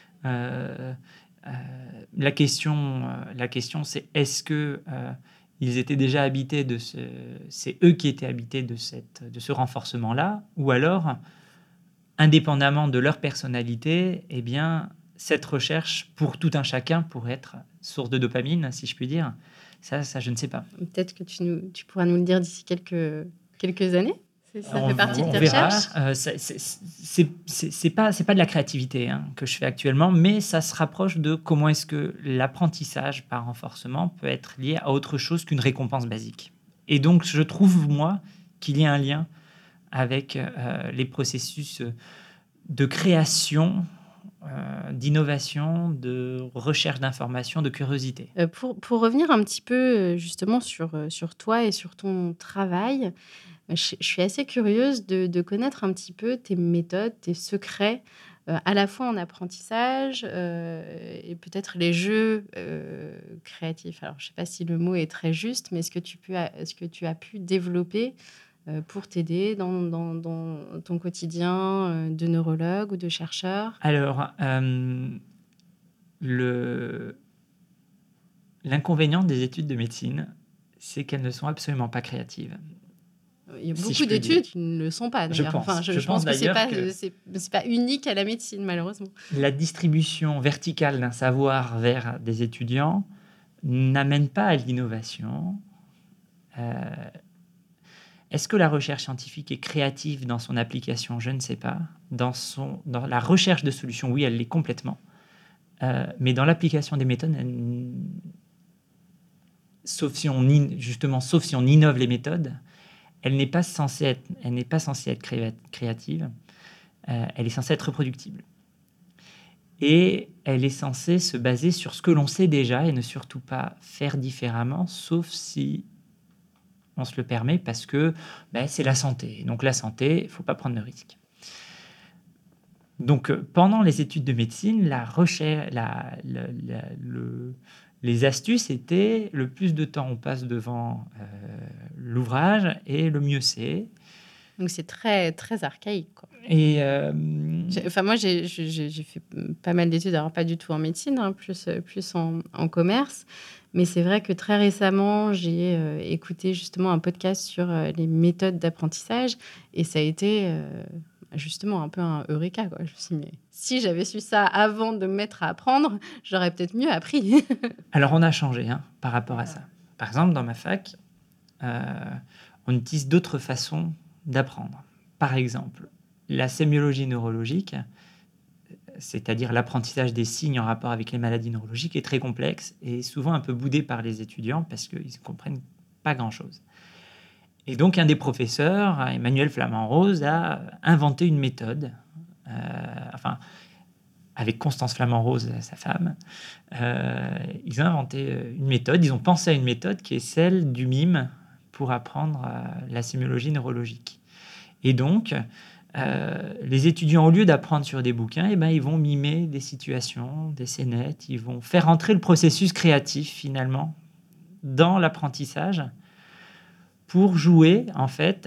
Euh, euh, la question, euh, la question, c'est est-ce que euh, ils étaient déjà habités de ce... C'est eux qui étaient habités de, cette, de ce renforcement-là, ou alors, indépendamment de leur personnalité, eh bien, cette recherche, pour tout un chacun, pourrait être source de dopamine, si je puis dire. Ça, ça je ne sais pas. Peut-être que tu, nous, tu pourras nous le dire d'ici quelques, quelques années. Ça on, fait partie de tes verra. recherches. Euh, c'est, c'est, c'est, c'est, c'est pas c'est pas de la créativité hein, que je fais actuellement, mais ça se rapproche de comment est-ce que l'apprentissage par renforcement peut être lié à autre chose qu'une récompense basique. Et donc je trouve moi qu'il y a un lien avec euh, les processus de création, euh, d'innovation, de recherche d'information, de curiosité. Euh, pour, pour revenir un petit peu justement sur, sur toi et sur ton travail, je, je suis assez curieuse de, de connaître un petit peu tes méthodes, tes secrets, euh, à la fois en apprentissage euh, et peut-être les jeux euh, créatifs. Alors, je ne sais pas si le mot est très juste, mais est-ce que tu, peux, est-ce que tu as pu développer euh, pour t'aider dans, dans, dans ton quotidien euh, de neurologue ou de chercheur? Alors, euh, le... l'inconvénient des études de médecine, c'est qu'elles ne sont absolument pas créatives. Il y a beaucoup si d'études qui ne le sont pas, d'ailleurs. Je pense, enfin, je, je je pense, pense que ce n'est pas, que c'est, c'est pas unique à la médecine, malheureusement. La distribution verticale d'un savoir vers des étudiants n'amène pas à l'innovation. Euh, est-ce que la recherche scientifique est créative dans son application? Je ne sais pas. Dans, son, dans la recherche de solutions, oui, elle l'est complètement. Euh, mais dans l'application des méthodes, elle, sauf si on justement, sauf si on innove les méthodes, elle n'est pas censée être, elle n'est pas censée être créative. Euh, elle est censée être reproductible. Et elle est censée se baser sur ce que l'on sait déjà et ne surtout pas faire différemment, sauf si on se le permet, parce que ben, c'est la santé. Donc la santé, il ne faut pas prendre de risques. Donc pendant les études de médecine, la recherche, la, la, la, le, Les astuces étaient le plus de temps on passe devant euh, l'ouvrage et le mieux c'est. Donc c'est très, très archaïque, quoi. Et euh, J'ai- Enfin, moi, j'ai j'ai- j'ai- j'ai fait pas mal d'études, alors pas du tout en médecine, hein, plus, euh, plus en, en commerce. Mais c'est vrai que très récemment, j'ai euh, écouté justement un podcast sur euh, les méthodes d'apprentissage. Et ça a été euh, justement un peu un eureka, quoi. Je me suis dit, mais si j'avais su ça avant de me mettre à apprendre, j'aurais peut-être mieux appris. alors on a changé hein, par rapport à ça. Par exemple, dans ma fac, euh, on utilise d'autres façons d'apprendre. Par exemple, la sémiologie neurologique, c'est-à-dire l'apprentissage des signes en rapport avec les maladies neurologiques, est très complexe et souvent un peu boudé par les étudiants parce qu'ils ne comprennent pas grand-chose. Et donc, un des professeurs, Emmanuel Flamand-Rose, a inventé une méthode, euh, enfin, avec Constance Flamand-Rose, sa femme, euh, ils ont inventé une méthode, ils ont pensé à une méthode qui est celle du mime pour apprendre euh, la sémiologie neurologique. Et donc, euh, les étudiants, au lieu d'apprendre sur des bouquins, eh ben, ils vont mimer des situations, des scénettes, ils vont faire entrer le processus créatif, finalement, dans l'apprentissage pour jouer, en fait,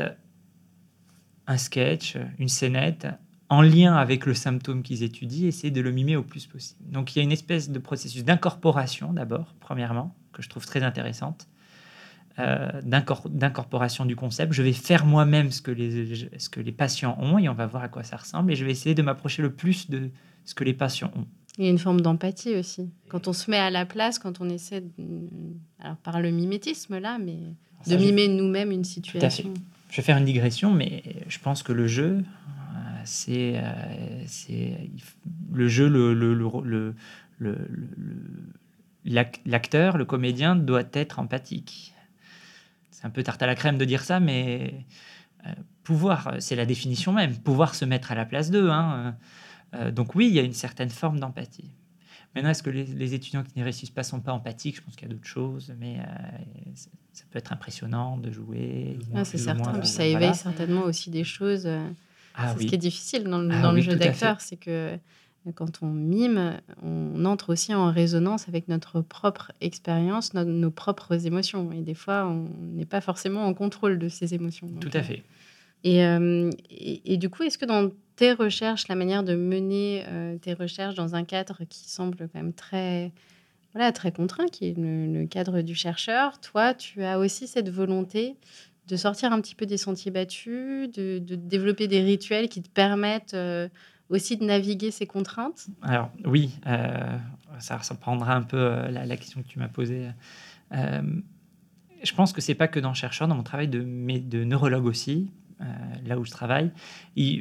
un sketch, une scénette, en lien avec le symptôme qu'ils étudient, et essayer de le mimer au plus possible. Donc, il y a une espèce de processus d'incorporation, d'abord, premièrement, que je trouve très intéressante, euh, d'incor- d'incorporation du concept. Je vais faire moi-même ce que, les, ce que les patients ont, et on va voir à quoi ça ressemble, et je vais essayer de m'approcher le plus de ce que les patients ont. Il y a une forme d'empathie aussi. Quand on se met à la place, quand on essaie, de, alors par le mimétisme là, mais Ça, de je- mimer nous-mêmes une Tout à fait. situation. Je vais faire une digression, mais je pense que le jeu, euh, c'est, euh, c'est il f- le jeu, le, le, le, le- le- le- l'ac- l'acteur, le comédien doit être empathique. C'est un peu tarte à la crème de dire ça, mais euh, pouvoir, c'est la définition même, pouvoir se mettre à la place d'eux. Hein. Euh, donc oui, il y a une certaine forme d'empathie. Maintenant, est-ce que les, les étudiants qui n'y réussissent pas sont pas empathiques? Je pense qu'il y a d'autres choses, mais euh, ça, ça peut être impressionnant de jouer. Ah, c'est plus ou certain. moins, Puis euh, ça éveille voilà. certainement aussi des choses. euh, Ah c'est oui. ce qui est difficile dans, le- Ah dans le oui, jeu tout à d'acteur, c'est que euh, quand on mime, on entre aussi en résonance avec notre propre expérience, no- nos propres émotions. Et des fois, on n'est pas forcément en contrôle de ces émotions. Donc, Tout à euh, fait. Et, euh, et, et du coup, est-ce que dans tes recherches, la manière de mener euh, tes recherches dans un cadre qui semble quand même très, voilà, très contraint, qui est le, le cadre du chercheur, toi, tu as aussi cette volonté de sortir un petit peu des sentiers battus, de, de développer des rituels qui te permettent euh, aussi de naviguer ces contraintes? Alors oui, euh, ça, ça prendra un peu euh, la, la question que tu m'as posée. Euh, je pense que c'est pas que dans le chercheur, dans mon travail de, mais de neurologue aussi, euh, là où je travaille, il-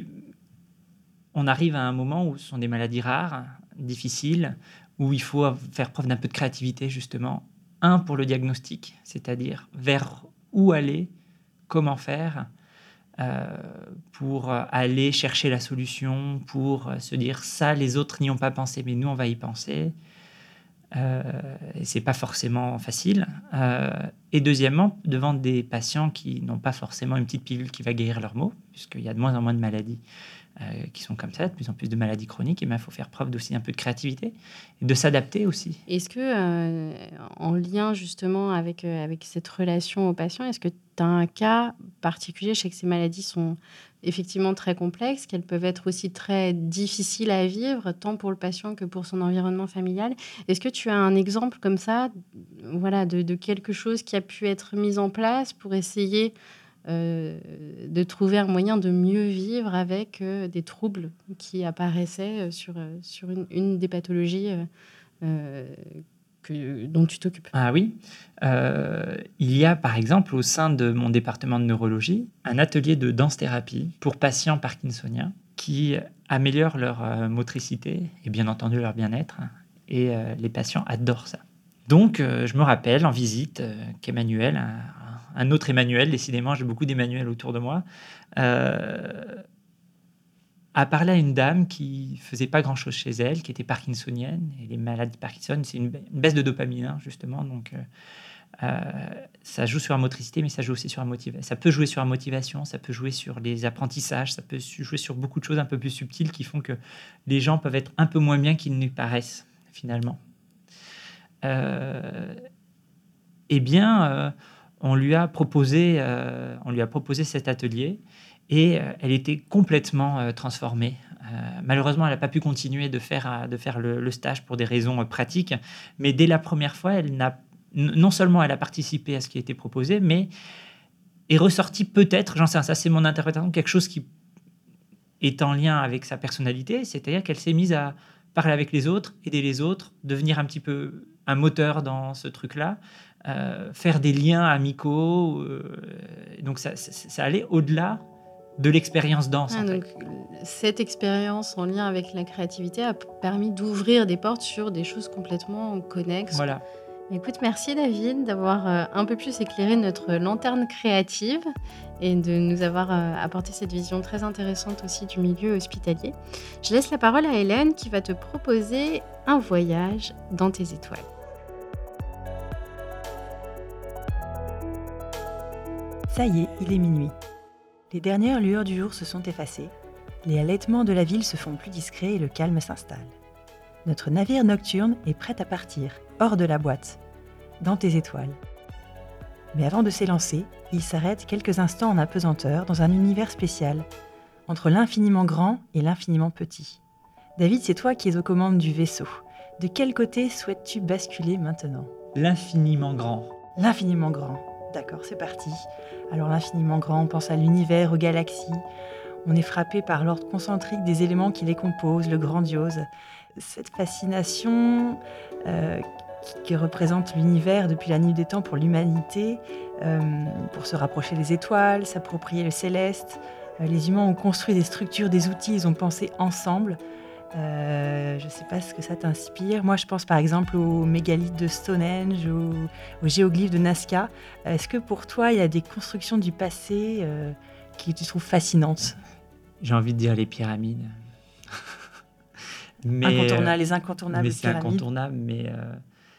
on arrive à un moment où ce sont des maladies rares, difficiles, où il faut faire preuve d'un peu de créativité justement. Un, pour le diagnostic, c'est-à-dire vers où aller, comment faire, euh, pour aller chercher la solution, pour se dire ça, les autres n'y ont pas pensé, mais nous, on va y penser. Euh, et c'est pas forcément facile. Euh, et deuxièmement, devant des patients qui n'ont pas forcément une petite pilule qui va guérir leurs maux, puisqu'il y a de moins en moins de maladies euh, qui sont comme ça, de plus en plus de maladies chroniques, et bien il faut faire preuve d'aussi un peu de créativité et de s'adapter aussi. Est-ce que, euh, en lien justement avec, euh, avec cette relation au patient, est-ce que tu as un cas particulier? Je sais que ces maladies sont effectivement très complexes, qu'elles peuvent être aussi très difficiles à vivre, tant pour le patient que pour son environnement familial. Est-ce que tu as un exemple comme ça, voilà, de, de quelque chose qui a pu être mis en place pour essayer euh, de trouver un moyen de mieux vivre avec euh, des troubles qui apparaissaient sur, euh, sur une, une des pathologies euh, euh, que, dont tu t'occupes? Ah oui, euh, il y a par exemple au sein de mon département de neurologie un atelier de danse-thérapie pour patients parkinsoniens qui améliore leur euh, motricité et bien entendu leur bien-être. Et euh, les patients adorent ça. Donc, euh, je me rappelle en visite euh, qu'Emmanuel, un, un autre Emmanuel, décidément, j'ai beaucoup d'Emmanuel autour de moi, euh, a parlé à une dame qui faisait pas grand-chose chez elle, qui était parkinsonienne. Et les maladies de Parkinson, c'est une, ba- une baisse de dopamine, hein, justement. Donc, euh, euh, ça joue sur la motricité, mais ça joue aussi sur la motivation. Ça peut jouer sur la motivation, ça peut jouer sur les apprentissages, ça peut su- jouer sur beaucoup de choses un peu plus subtiles qui font que les gens peuvent être un peu moins bien qu'ils ne paraissent, finalement. euh, eh bien, euh, on lui a proposé, euh, on lui a proposé cet atelier et euh, elle était complètement euh, transformée. Euh, malheureusement, elle n'a pas pu continuer de faire, de faire le, le stage pour des raisons euh, pratiques, mais dès la première fois, elle n'a, non seulement elle a participé à ce qui a été proposé, mais est ressorti peut-être, j'en sais rien, ça c'est mon interprétation, quelque chose qui est en lien avec sa personnalité, c'est-à-dire qu'elle s'est mise à parler avec les autres, aider les autres, devenir un petit peu un moteur dans ce truc-là, euh, faire des liens amicaux. Euh, donc ça, ça, ça allait au-delà de l'expérience danse. Ah, en donc, fait. Cette expérience en lien avec la créativité a permis d'ouvrir des portes sur des choses complètement connexes. Voilà. Écoute, merci David d'avoir euh, un peu plus éclairé notre lanterne créative et de nous avoir euh, apporté cette vision très intéressante aussi du milieu hospitalier. Je laisse la parole à Hélène qui va te proposer un voyage dans tes étoiles. Ça y est, il est minuit. Les dernières lueurs du jour se sont effacées, les halètements de la ville se font plus discrets et le calme s'installe. Notre navire nocturne est prêt à partir, hors de la boîte, dans tes étoiles. Mais avant de s'élancer, il s'arrête quelques instants en apesanteur dans un univers spécial, entre l'infiniment grand et l'infiniment petit. David, c'est toi qui es aux commandes du vaisseau. De quel côté souhaites-tu basculer maintenant ? L'infiniment grand. L'infiniment grand. D'accord, c'est parti. Alors l'infiniment grand, on pense à l'univers, aux galaxies. On est frappé par l'ordre concentrique des éléments qui les composent, le grandiose. Cette fascination euh, qui, qui représente l'univers depuis la nuit des temps pour l'humanité, euh, pour se rapprocher des étoiles, s'approprier le céleste. Euh, les humains ont construit des structures, des outils, ils ont pensé ensemble. Euh, je ne sais pas ce que ça t'inspire. Moi, je pense par exemple aux mégalithes de Stonehenge, aux, aux géoglyphes de Nazca. Est-ce que pour toi, il y a des constructions du passé euh, que tu trouves fascinantes ? J'ai envie de dire les pyramides. mais, incontournables, les incontournables mais c'est pyramides. incontournable, mais euh,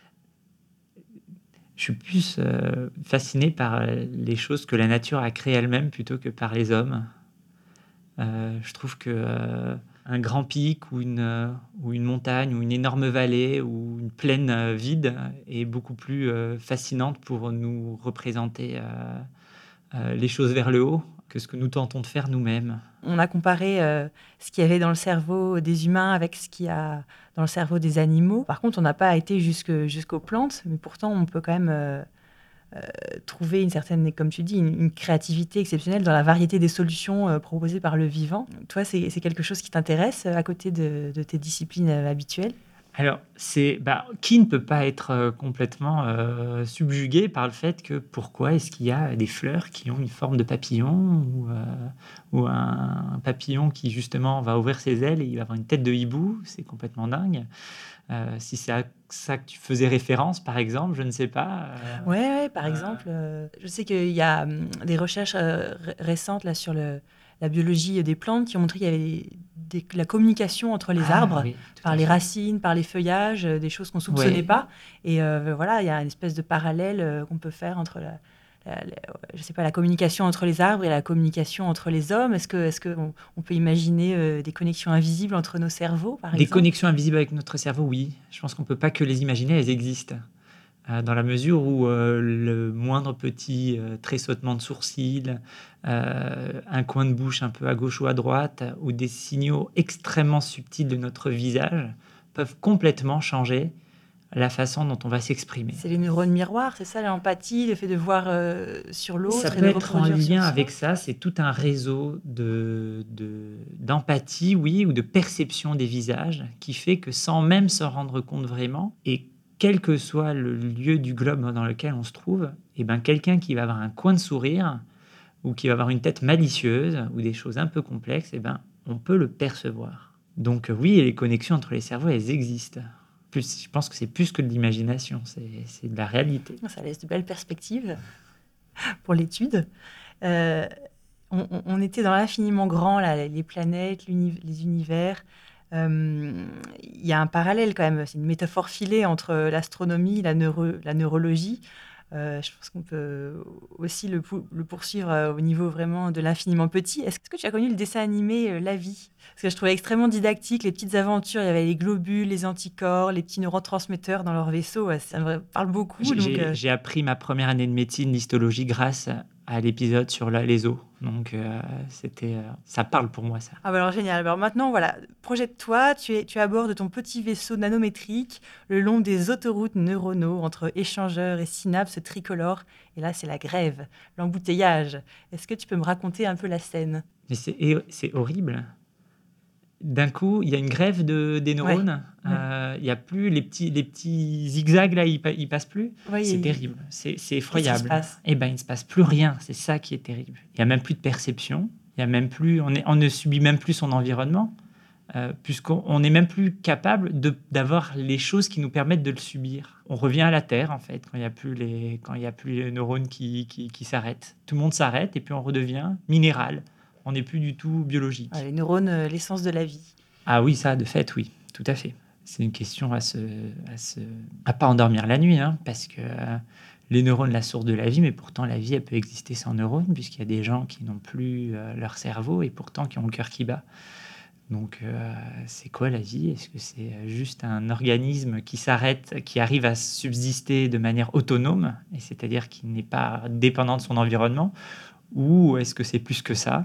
je suis plus euh, fasciné par les choses que la nature a créées elle-même plutôt que par les hommes. Euh, je trouve que euh, un grand pic ou une, euh, ou une montagne ou une énorme vallée ou une plaine euh, vide est beaucoup plus euh, fascinante pour nous représenter euh, euh, les choses vers le haut que ce que nous tentons de faire nous-mêmes. On a comparé euh, ce qu'il y avait dans le cerveau des humains avec ce qu'il y a dans le cerveau des animaux. Par contre, on n'a pas été jusque, jusqu'aux plantes, mais pourtant, on peut quand même euh, euh, trouver une certaine, comme tu dis, une, une créativité exceptionnelle dans la variété des solutions euh, proposées par le vivant. Toi, c'est, c'est quelque chose qui t'intéresse à côté de, de tes disciplines euh, habituelles ? Alors, c'est, bah, qui ne peut pas être euh, complètement euh, subjugué par le fait que pourquoi est-ce qu'il y a des fleurs qui ont une forme de papillon ou, euh, ou un, un papillon qui justement va ouvrir ses ailes et il va avoir une tête de hibou, c'est complètement dingue. Euh, si c'est à ça que tu faisais référence, par exemple, je ne sais pas. Euh, Oui, ouais, par euh... exemple, euh, je sais qu'il y a hum, des recherches euh, r- récentes là, sur le, la biologie des plantes qui ont montré qu'il y avait des, la communication entre les ah, arbres, oui, par les racines, par les feuillages, euh, des choses qu'on ne soupçonnait ouais. pas. Et euh, voilà, il y a une espèce de parallèle euh, qu'on peut faire entre la, la, la, je sais pas, la communication entre les arbres et la communication entre les hommes. Est-ce qu'on est-ce que on, on peut imaginer euh, des connexions invisibles entre nos cerveaux, par Des exemple ? connexions invisibles avec notre cerveau, oui. Je pense qu'on ne peut pas que les imaginer, elles existent. Euh, dans la mesure où euh, le moindre petit euh, tressautement de sourcils, euh, un coin de bouche un peu à gauche ou à droite, ou des signaux extrêmement subtils de notre visage peuvent complètement changer la façon dont on va s'exprimer. C'est les neurones miroirs, c'est ça l'empathie, le fait de voir euh, sur l'autre ça et peut de être en reproduire lien sur avec soi. ça, c'est tout un réseau de, de, d'empathie, oui, ou de perception des visages qui fait que sans même se rendre compte vraiment, et quel que soit le lieu du globe dans lequel on se trouve, eh ben, quelqu'un qui va avoir un coin de sourire ou qui va avoir une tête malicieuse ou des choses un peu complexes, eh ben, on peut le percevoir. Donc oui, les connexions entre les cerveaux, elles existent. Plus, je pense que c'est plus que de l'imagination, c'est, c'est de la réalité. Ça laisse de belles perspectives pour l'étude. Euh, on, on était dans l'infiniment grand, là, les planètes, les univers. Il euh, y a un parallèle quand même, c'est une métaphore filée entre l'astronomie, la, neuro, la neurologie. Euh, je pense qu'on peut aussi le, pou- le poursuivre euh, au niveau vraiment de l'infiniment petit. Est-ce que tu as connu le dessin animé euh, La Vie? Parce que je trouvais extrêmement didactique, les petites aventures, il y avait les globules, les anticorps, les petits neurotransmetteurs dans leur vaisseau. Ouais, ça me parle beaucoup. Donc, J'ai euh, j'ai appris ma première année de médecine, l'histologie, grâce à l'épisode sur la- les os. Donc, euh, c'était, euh, ça parle pour moi, ça. Ah bah alors génial. Alors maintenant, voilà, projette-toi, tu es, tu es à bord de ton petit vaisseau nanométrique le long des autoroutes neuronaux entre échangeurs et synapses tricolores. Et là, c'est la grève, l'embouteillage. Est-ce que tu peux me raconter un peu la scène? Mais c'est et- c'est horrible. D'un coup, il y a une grève de, des Ouais, neurones. ouais. Euh, Il y a plus les petits, les petits zigzags là, ils, pa- ils passent plus. Ouais, C'est et- terrible. C'est c'est Qu'est-ce qui se effroyable. passe? Eh ben, il ne se passe plus rien. C'est ça qui est terrible. Il y a même plus de perception. Il y a même plus. On, est, on ne subit même plus son environnement, euh, puisqu'on on n'est même plus capable de- d'avoir les choses qui nous permettent de le subir. On revient à la terre en fait quand il y a plus les quand il y a plus les neurones qui, qui, qui s'arrêtent. Tout le monde s'arrête et puis on redevient minéral. On n'est plus du tout biologique. Ouais, les neurones, euh, l'essence de la vie. Ah oui, ça, de fait, oui, tout à fait. C'est une question à se, à se, à pas endormir la nuit, hein, parce que euh, les neurones, la source de la vie, mais pourtant la vie, elle peut exister sans neurones, puisqu'il y a des gens qui n'ont plus euh, leur cerveau et pourtant qui ont le cœur qui bat. Donc, euh, c'est quoi la vie? Est-ce que c'est juste un organisme qui s'arrête, qui arrive à subsister de manière autonome, et c'est-à-dire qui n'est pas dépendant de son environnement, ou est-ce que c'est plus que ça?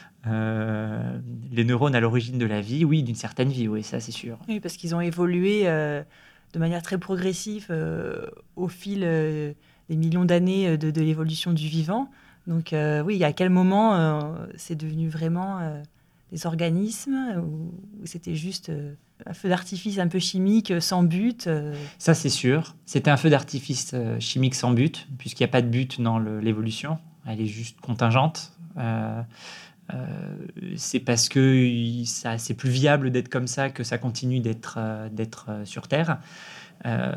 Euh, les neurones à l'origine de la vie, oui, d'une certaine vie, oui, ça c'est sûr. Oui, parce qu'ils ont évolué euh, de manière très progressive euh, au fil euh, des millions d'années euh, de, de l'évolution du vivant. Donc euh, oui, à quel moment euh, c'est devenu vraiment euh, des organismes ou, ou c'était juste euh, un feu d'artifice un peu chimique, euh, sans but euh. Ça c'est sûr. C'était un feu d'artifice euh, chimique sans but, puisqu'il n'y a pas de but dans le- l'évolution. Elle est juste contingente. Euh, euh, c'est parce que il- ça, c'est plus viable d'être comme ça que ça continue d'être euh, d'être euh, sur Terre. Euh,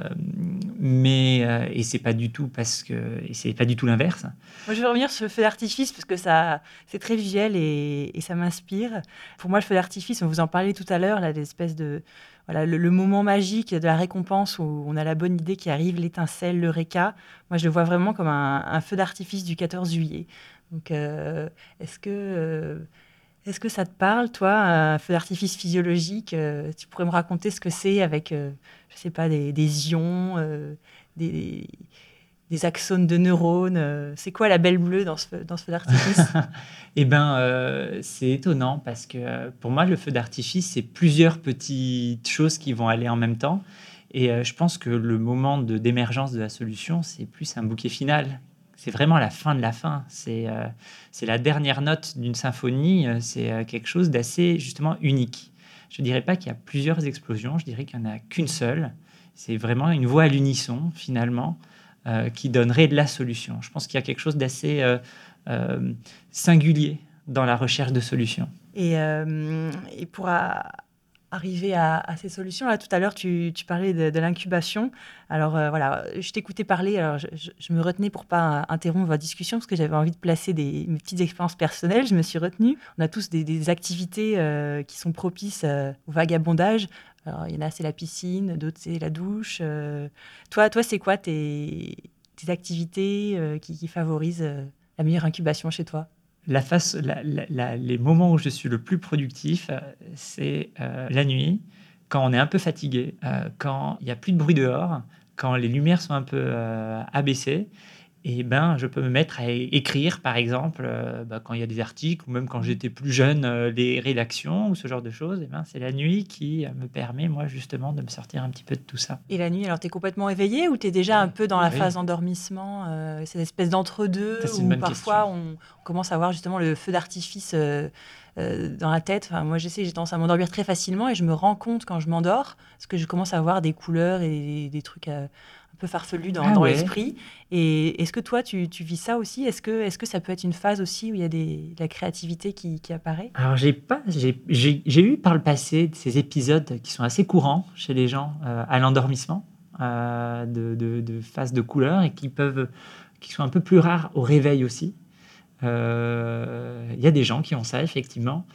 mais euh, et c'est pas du tout parce que et c'est pas du tout l'inverse. Moi, je vais revenir sur le feu d'artifice parce que ça, c'est très visuel et, et ça m'inspire. Pour moi, le feu d'artifice, on vous en parlait tout à l'heure, là, l'espèce de voilà, le, le moment magique de la récompense où on a la bonne idée qui arrive, l'étincelle, l'eureka. Moi, je le vois vraiment comme un, un feu d'artifice du quatorze juillet. Donc, euh, est-ce que euh, est-ce que ça te parle, toi, un feu d'artifice physiologique? Euh, tu pourrais me raconter ce que c'est avec, euh, je sais pas, des, des ions, euh, des, des axones de neurones. euh, C'est quoi la belle bleue dans ce feu, dans ce feu d'artifice? Eh ben, euh, c'est étonnant parce que euh, pour moi, le feu d'artifice, c'est plusieurs petites choses qui vont aller en même temps. Et euh, je pense que le moment de d'émergence de la solution, c'est plus un bouquet final. C'est vraiment la fin de la fin. C'est euh, c'est la dernière note d'une symphonie. euh, C'est euh, quelque chose d'assez justement unique. Je dirais pas qu'il y a plusieurs explosions. Je dirais qu'il n'y en a qu'une seule. C'est vraiment une voix à l'unisson finalement euh, qui donnerait de la solution. Je pense qu'il y a quelque chose d'assez euh, euh, singulier dans la recherche de solutions. Et, euh, et pour a- arriver à, à ces solutions, là, tout à l'heure, tu, tu parlais de, de l'incubation. Alors euh, voilà, je t'écoutais parler, alors je, je- je me retenais pour pas interrompre votre discussion parce que j'avais envie de placer des, mes petites expériences personnelles. Je me suis retenue. On a tous des, des activités euh, qui sont propices euh, au vagabondage. Alors, il y en a, c'est la piscine, d'autres, c'est la douche. euh. Toi, toi, c'est quoi tes, tes activités euh, qui, qui favorisent euh, la meilleure incubation chez toi? La face, la- la- la- les moments où je suis le plus productif, euh, c'est euh, la nuit, quand on est un peu fatigué, euh, quand il n'y a plus de bruit dehors, quand les lumières sont un peu euh, abaissées. Et ben, je peux me mettre à é- écrire, par exemple, euh, bah, quand il y a des articles, ou même quand j'étais plus jeune, euh, les rédactions ou ce genre de choses. Et ben, c'est la nuit qui euh, me permet, moi, justement, de me sortir un petit peu de tout ça. Et la nuit, alors, tu es complètement éveillé ou tu es déjà un peu dans la Oui. phase d'endormissement euh, Cette espèce d'entre-deux Ça, c'est une où bonne parfois question. on, on commence à avoir justement le feu d'artifice euh, euh, dans la tête. Enfin, moi, je sais, j'ai tendance à m'endormir très facilement et je me rends compte quand je m'endors parce que je commence à avoir des couleurs et des, des trucs euh, un peu farfelus dans, Ah dans ouais. l'esprit. Et est-ce que toi, tu, tu vis ça aussi? Est-ce que, est-ce que ça peut être une phase aussi où il y a des, de la créativité qui, qui apparaît? Alors, j'ai pas, j'ai, j'ai, j'ai eu par le passé ces épisodes qui sont assez courants chez les gens euh, à l'endormissement, euh, de, de, de phases de couleurs et qui peuvent, qui sont un peu plus rares au réveil aussi. Euh, Il y a des gens qui ont ça effectivement.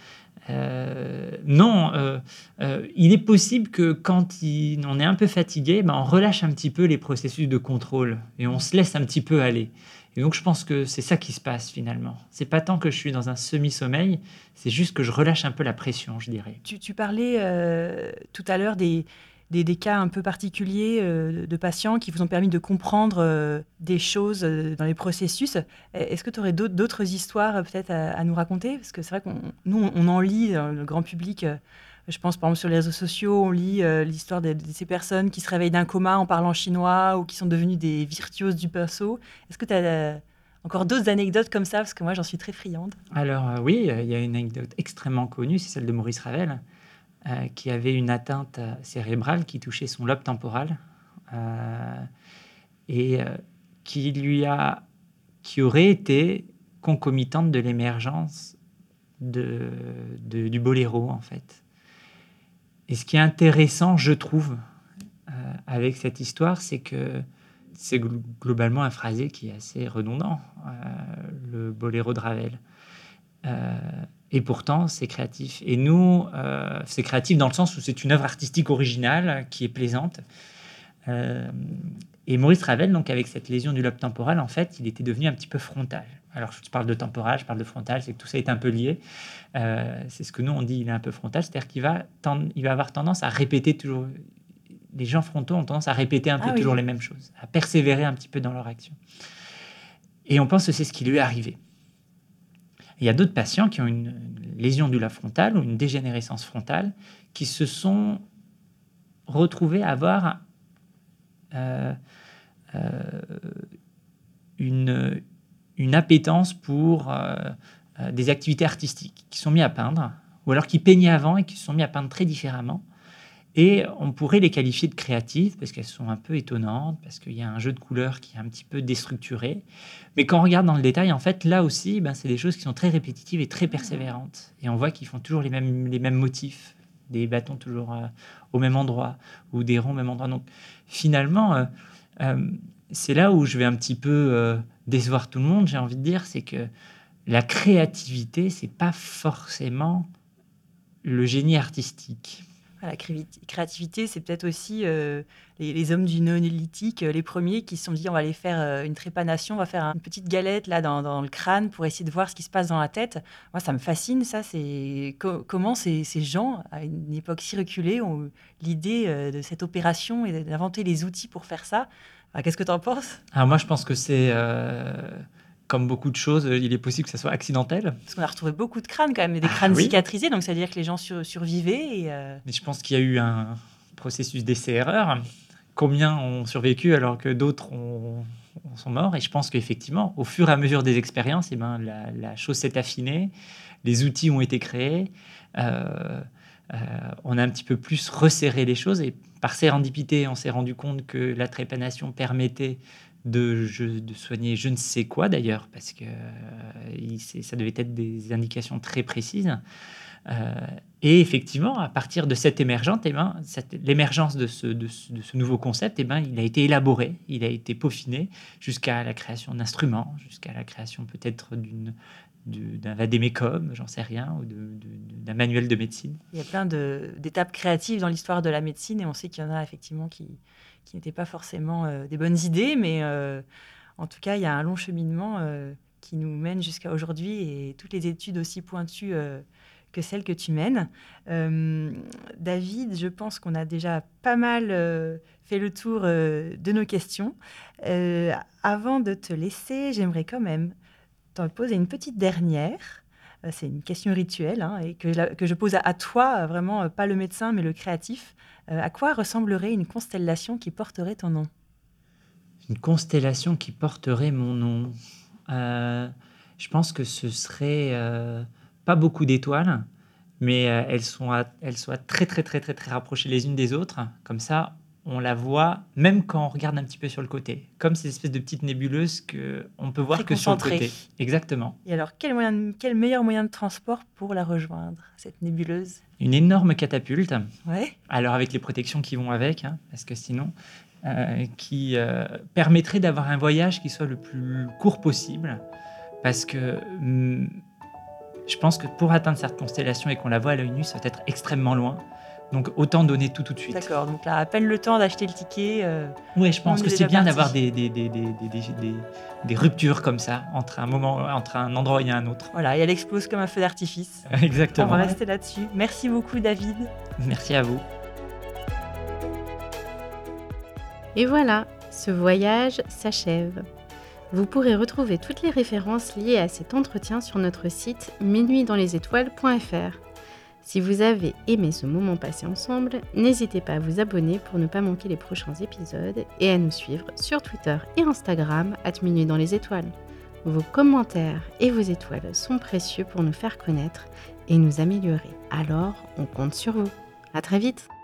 Euh, non, euh, euh, il est possible que quand il, on est un peu fatigué, ben on relâche un petit peu les processus de contrôle et on se laisse un petit peu aller. Et donc je pense que c'est ça qui se passe finalement. C'est pas tant que je suis dans un semi-sommeil, c'est juste que je relâche un peu la pression, je dirais. Tu, tu parlais euh, tout à l'heure des, des, des cas un peu particuliers euh, de patients qui vous ont permis de comprendre euh, des choses euh, dans les processus. Est-ce que tu aurais d'autres, d'autres histoires euh, peut-être à, à nous raconter? Parce que c'est vrai qu'on nous, on en lit dans le grand public. Euh, je pense par exemple sur les réseaux sociaux, on lit euh, l'histoire de, de ces personnes qui se réveillent d'un coma en parlant chinois ou qui sont devenues des virtuoses du pinceau. Est-ce que tu as euh, encore d'autres anecdotes comme ça? Parce que moi, j'en suis très friande. Alors euh, oui, euh, il y a une anecdote extrêmement connue, c'est celle de Maurice Ravel, euh, qui avait une atteinte euh, cérébrale qui touchait son lobe temporal euh, et euh, qui lui a, qui aurait été concomitante de l'émergence de, de- du boléro en fait. Et ce qui est intéressant, je trouve, euh, avec cette histoire, c'est que c'est gl- globalement un phrasé qui est assez redondant, euh, le boléro de Ravel. Euh, et pourtant, c'est créatif. Et nous, euh, c'est créatif dans le sens où c'est une œuvre artistique originale qui est plaisante. Euh, et Maurice Ravel, donc avec cette lésion du lobe temporal, en fait, il était devenu un petit peu frontal. Alors, je parle de temporal, je parle de frontal, c'est que tout ça est un peu lié. Euh, c'est ce que nous, on dit, il est un peu frontal, c'est-à-dire qu'il va, tend- il va avoir tendance à répéter toujours... Les gens frontaux ont tendance à répéter un peu Ah toujours oui. les mêmes choses, à persévérer un petit peu dans leur action. Et on pense que c'est ce qui lui est arrivé. Il y a d'autres patients qui ont une lésion du lobe frontal ou une dégénérescence frontale qui se sont retrouvés à avoir euh, euh, une, une appétence pour euh, euh, des activités artistiques, qui sont mis à peindre, ou alors qui peignaient avant et qui se sont mis à peindre très différemment. Et on pourrait les qualifier de créatives parce qu'elles sont un peu étonnantes, parce qu'il y a un jeu de couleurs qui est un petit peu déstructuré. Mais quand on regarde dans le détail, en fait, là aussi, ben, c'est des choses qui sont très répétitives et très persévérantes. Et on voit qu'ils font toujours les mêmes, les mêmes motifs, des bâtons toujours euh, au même endroit, ou des ronds au même endroit. Donc finalement, euh, euh, c'est là où je vais un petit peu euh, décevoir tout le monde, j'ai envie de dire, c'est que la créativité, c'est pas forcément le génie artistique. La créativité, c'est peut-être aussi euh, les, les hommes du néolithique, euh, les premiers qui se sont dit on va aller faire euh, une trépanation, on va faire une petite galette là dans, dans le crâne pour essayer de voir ce qui se passe dans la tête. Moi, ça me fascine, ça. C'est co- comment ces, ces gens, à une époque si reculée, ont eu l'idée euh, de cette opération et d'inventer les outils pour faire ça. Enfin, qu'est-ce que tu en penses? Alors moi, je pense que c'est, euh, comme beaucoup de choses, il est possible que ça soit accidentel. Parce qu'on a retrouvé beaucoup de crânes quand même, des Ah crânes oui. cicatrisés, donc ça veut dire que les gens sur- survivaient. Et, euh, Mais je pense qu'il y a eu un processus d'essai-erreur. Combien ont survécu alors que d'autres ont- sont morts? Et je pense qu'effectivement, au fur et à mesure des expériences, eh ben, la, la chose s'est affinée, les outils ont été créés, euh, euh, on a un petit peu plus resserré les choses et par sérendipité, on s'est rendu compte que la trépanation permettait de, je- de soigner je ne sais quoi d'ailleurs, parce que euh, il- c'est- ça devait être des indications très précises. Euh, et effectivement, à partir de cette émergente, eh ben, cette- l'émergence de ce, de, ce, de ce nouveau concept, eh ben, il a été élaboré, il a été peaufiné jusqu'à la création d'instruments, jusqu'à la création peut-être d'une, du- d'un vadémécum, j'en sais rien, ou de- de- d'un manuel de médecine. Il y a plein de- d'étapes créatives dans l'histoire de la médecine et on sait qu'il y en a effectivement qui, qui n'étaient pas forcément euh, des bonnes idées, mais euh, en tout cas, il y a un long cheminement euh, qui nous mène jusqu'à aujourd'hui et toutes les études aussi pointues euh, que celles que tu mènes. Euh, David, je pense qu'on a déjà pas mal euh, fait le tour euh, de nos questions. Euh, avant de te laisser, j'aimerais quand même t'en poser une petite dernière. Euh, C'est une question rituelle hein, et que, la- que je pose à, à toi, euh, vraiment euh, pas le médecin mais le créatif. Euh, à quoi ressemblerait une constellation qui porterait ton nom? Une constellation qui porterait mon nom. Euh, je pense que ce serait euh, pas beaucoup d'étoiles, mais euh, elles sont à- elles soient très très très très très rapprochées les unes des autres. Comme ça, on la voit même quand on regarde un petit peu sur le côté, comme ces espèces de petites nébuleuses que on peut voir Très que sur le concentrée. côté. Exactement. Et alors, quel, moyen de- quel meilleur moyen de transport pour la rejoindre, cette nébuleuse? Une énorme catapulte. Ouais. Alors avec les protections qui vont avec, hein, parce que sinon, euh, qui euh, permettrait d'avoir un voyage qui soit le plus court possible, parce que hum, je pense que pour atteindre cette constellation et qu'on la voit à l'œil nu, ça va être extrêmement loin. Donc autant donner tout tout de suite. D'accord, donc là, à peine le temps d'acheter le ticket. Euh, oui, je pense on que est c'est déjà bien parti. d'avoir des, des, des, des, des, des, des, des ruptures comme ça, entre un, moment, entre un endroit et un autre. Voilà, et elle explose comme un feu d'artifice. Exactement. On va rester là-dessus. Merci beaucoup, David. Merci à vous. Et voilà, ce voyage s'achève. Vous pourrez retrouver toutes les références liées à cet entretien sur notre site minuit dans les étoiles point f r. Si vous avez aimé ce moment passé ensemble, n'hésitez pas à vous abonner pour ne pas manquer les prochains épisodes et à nous suivre sur Twitter et Instagram arobase minuit dans les étoiles. Vos commentaires et vos étoiles sont précieux pour nous faire connaître et nous améliorer. Alors, on compte sur vous. À très vite!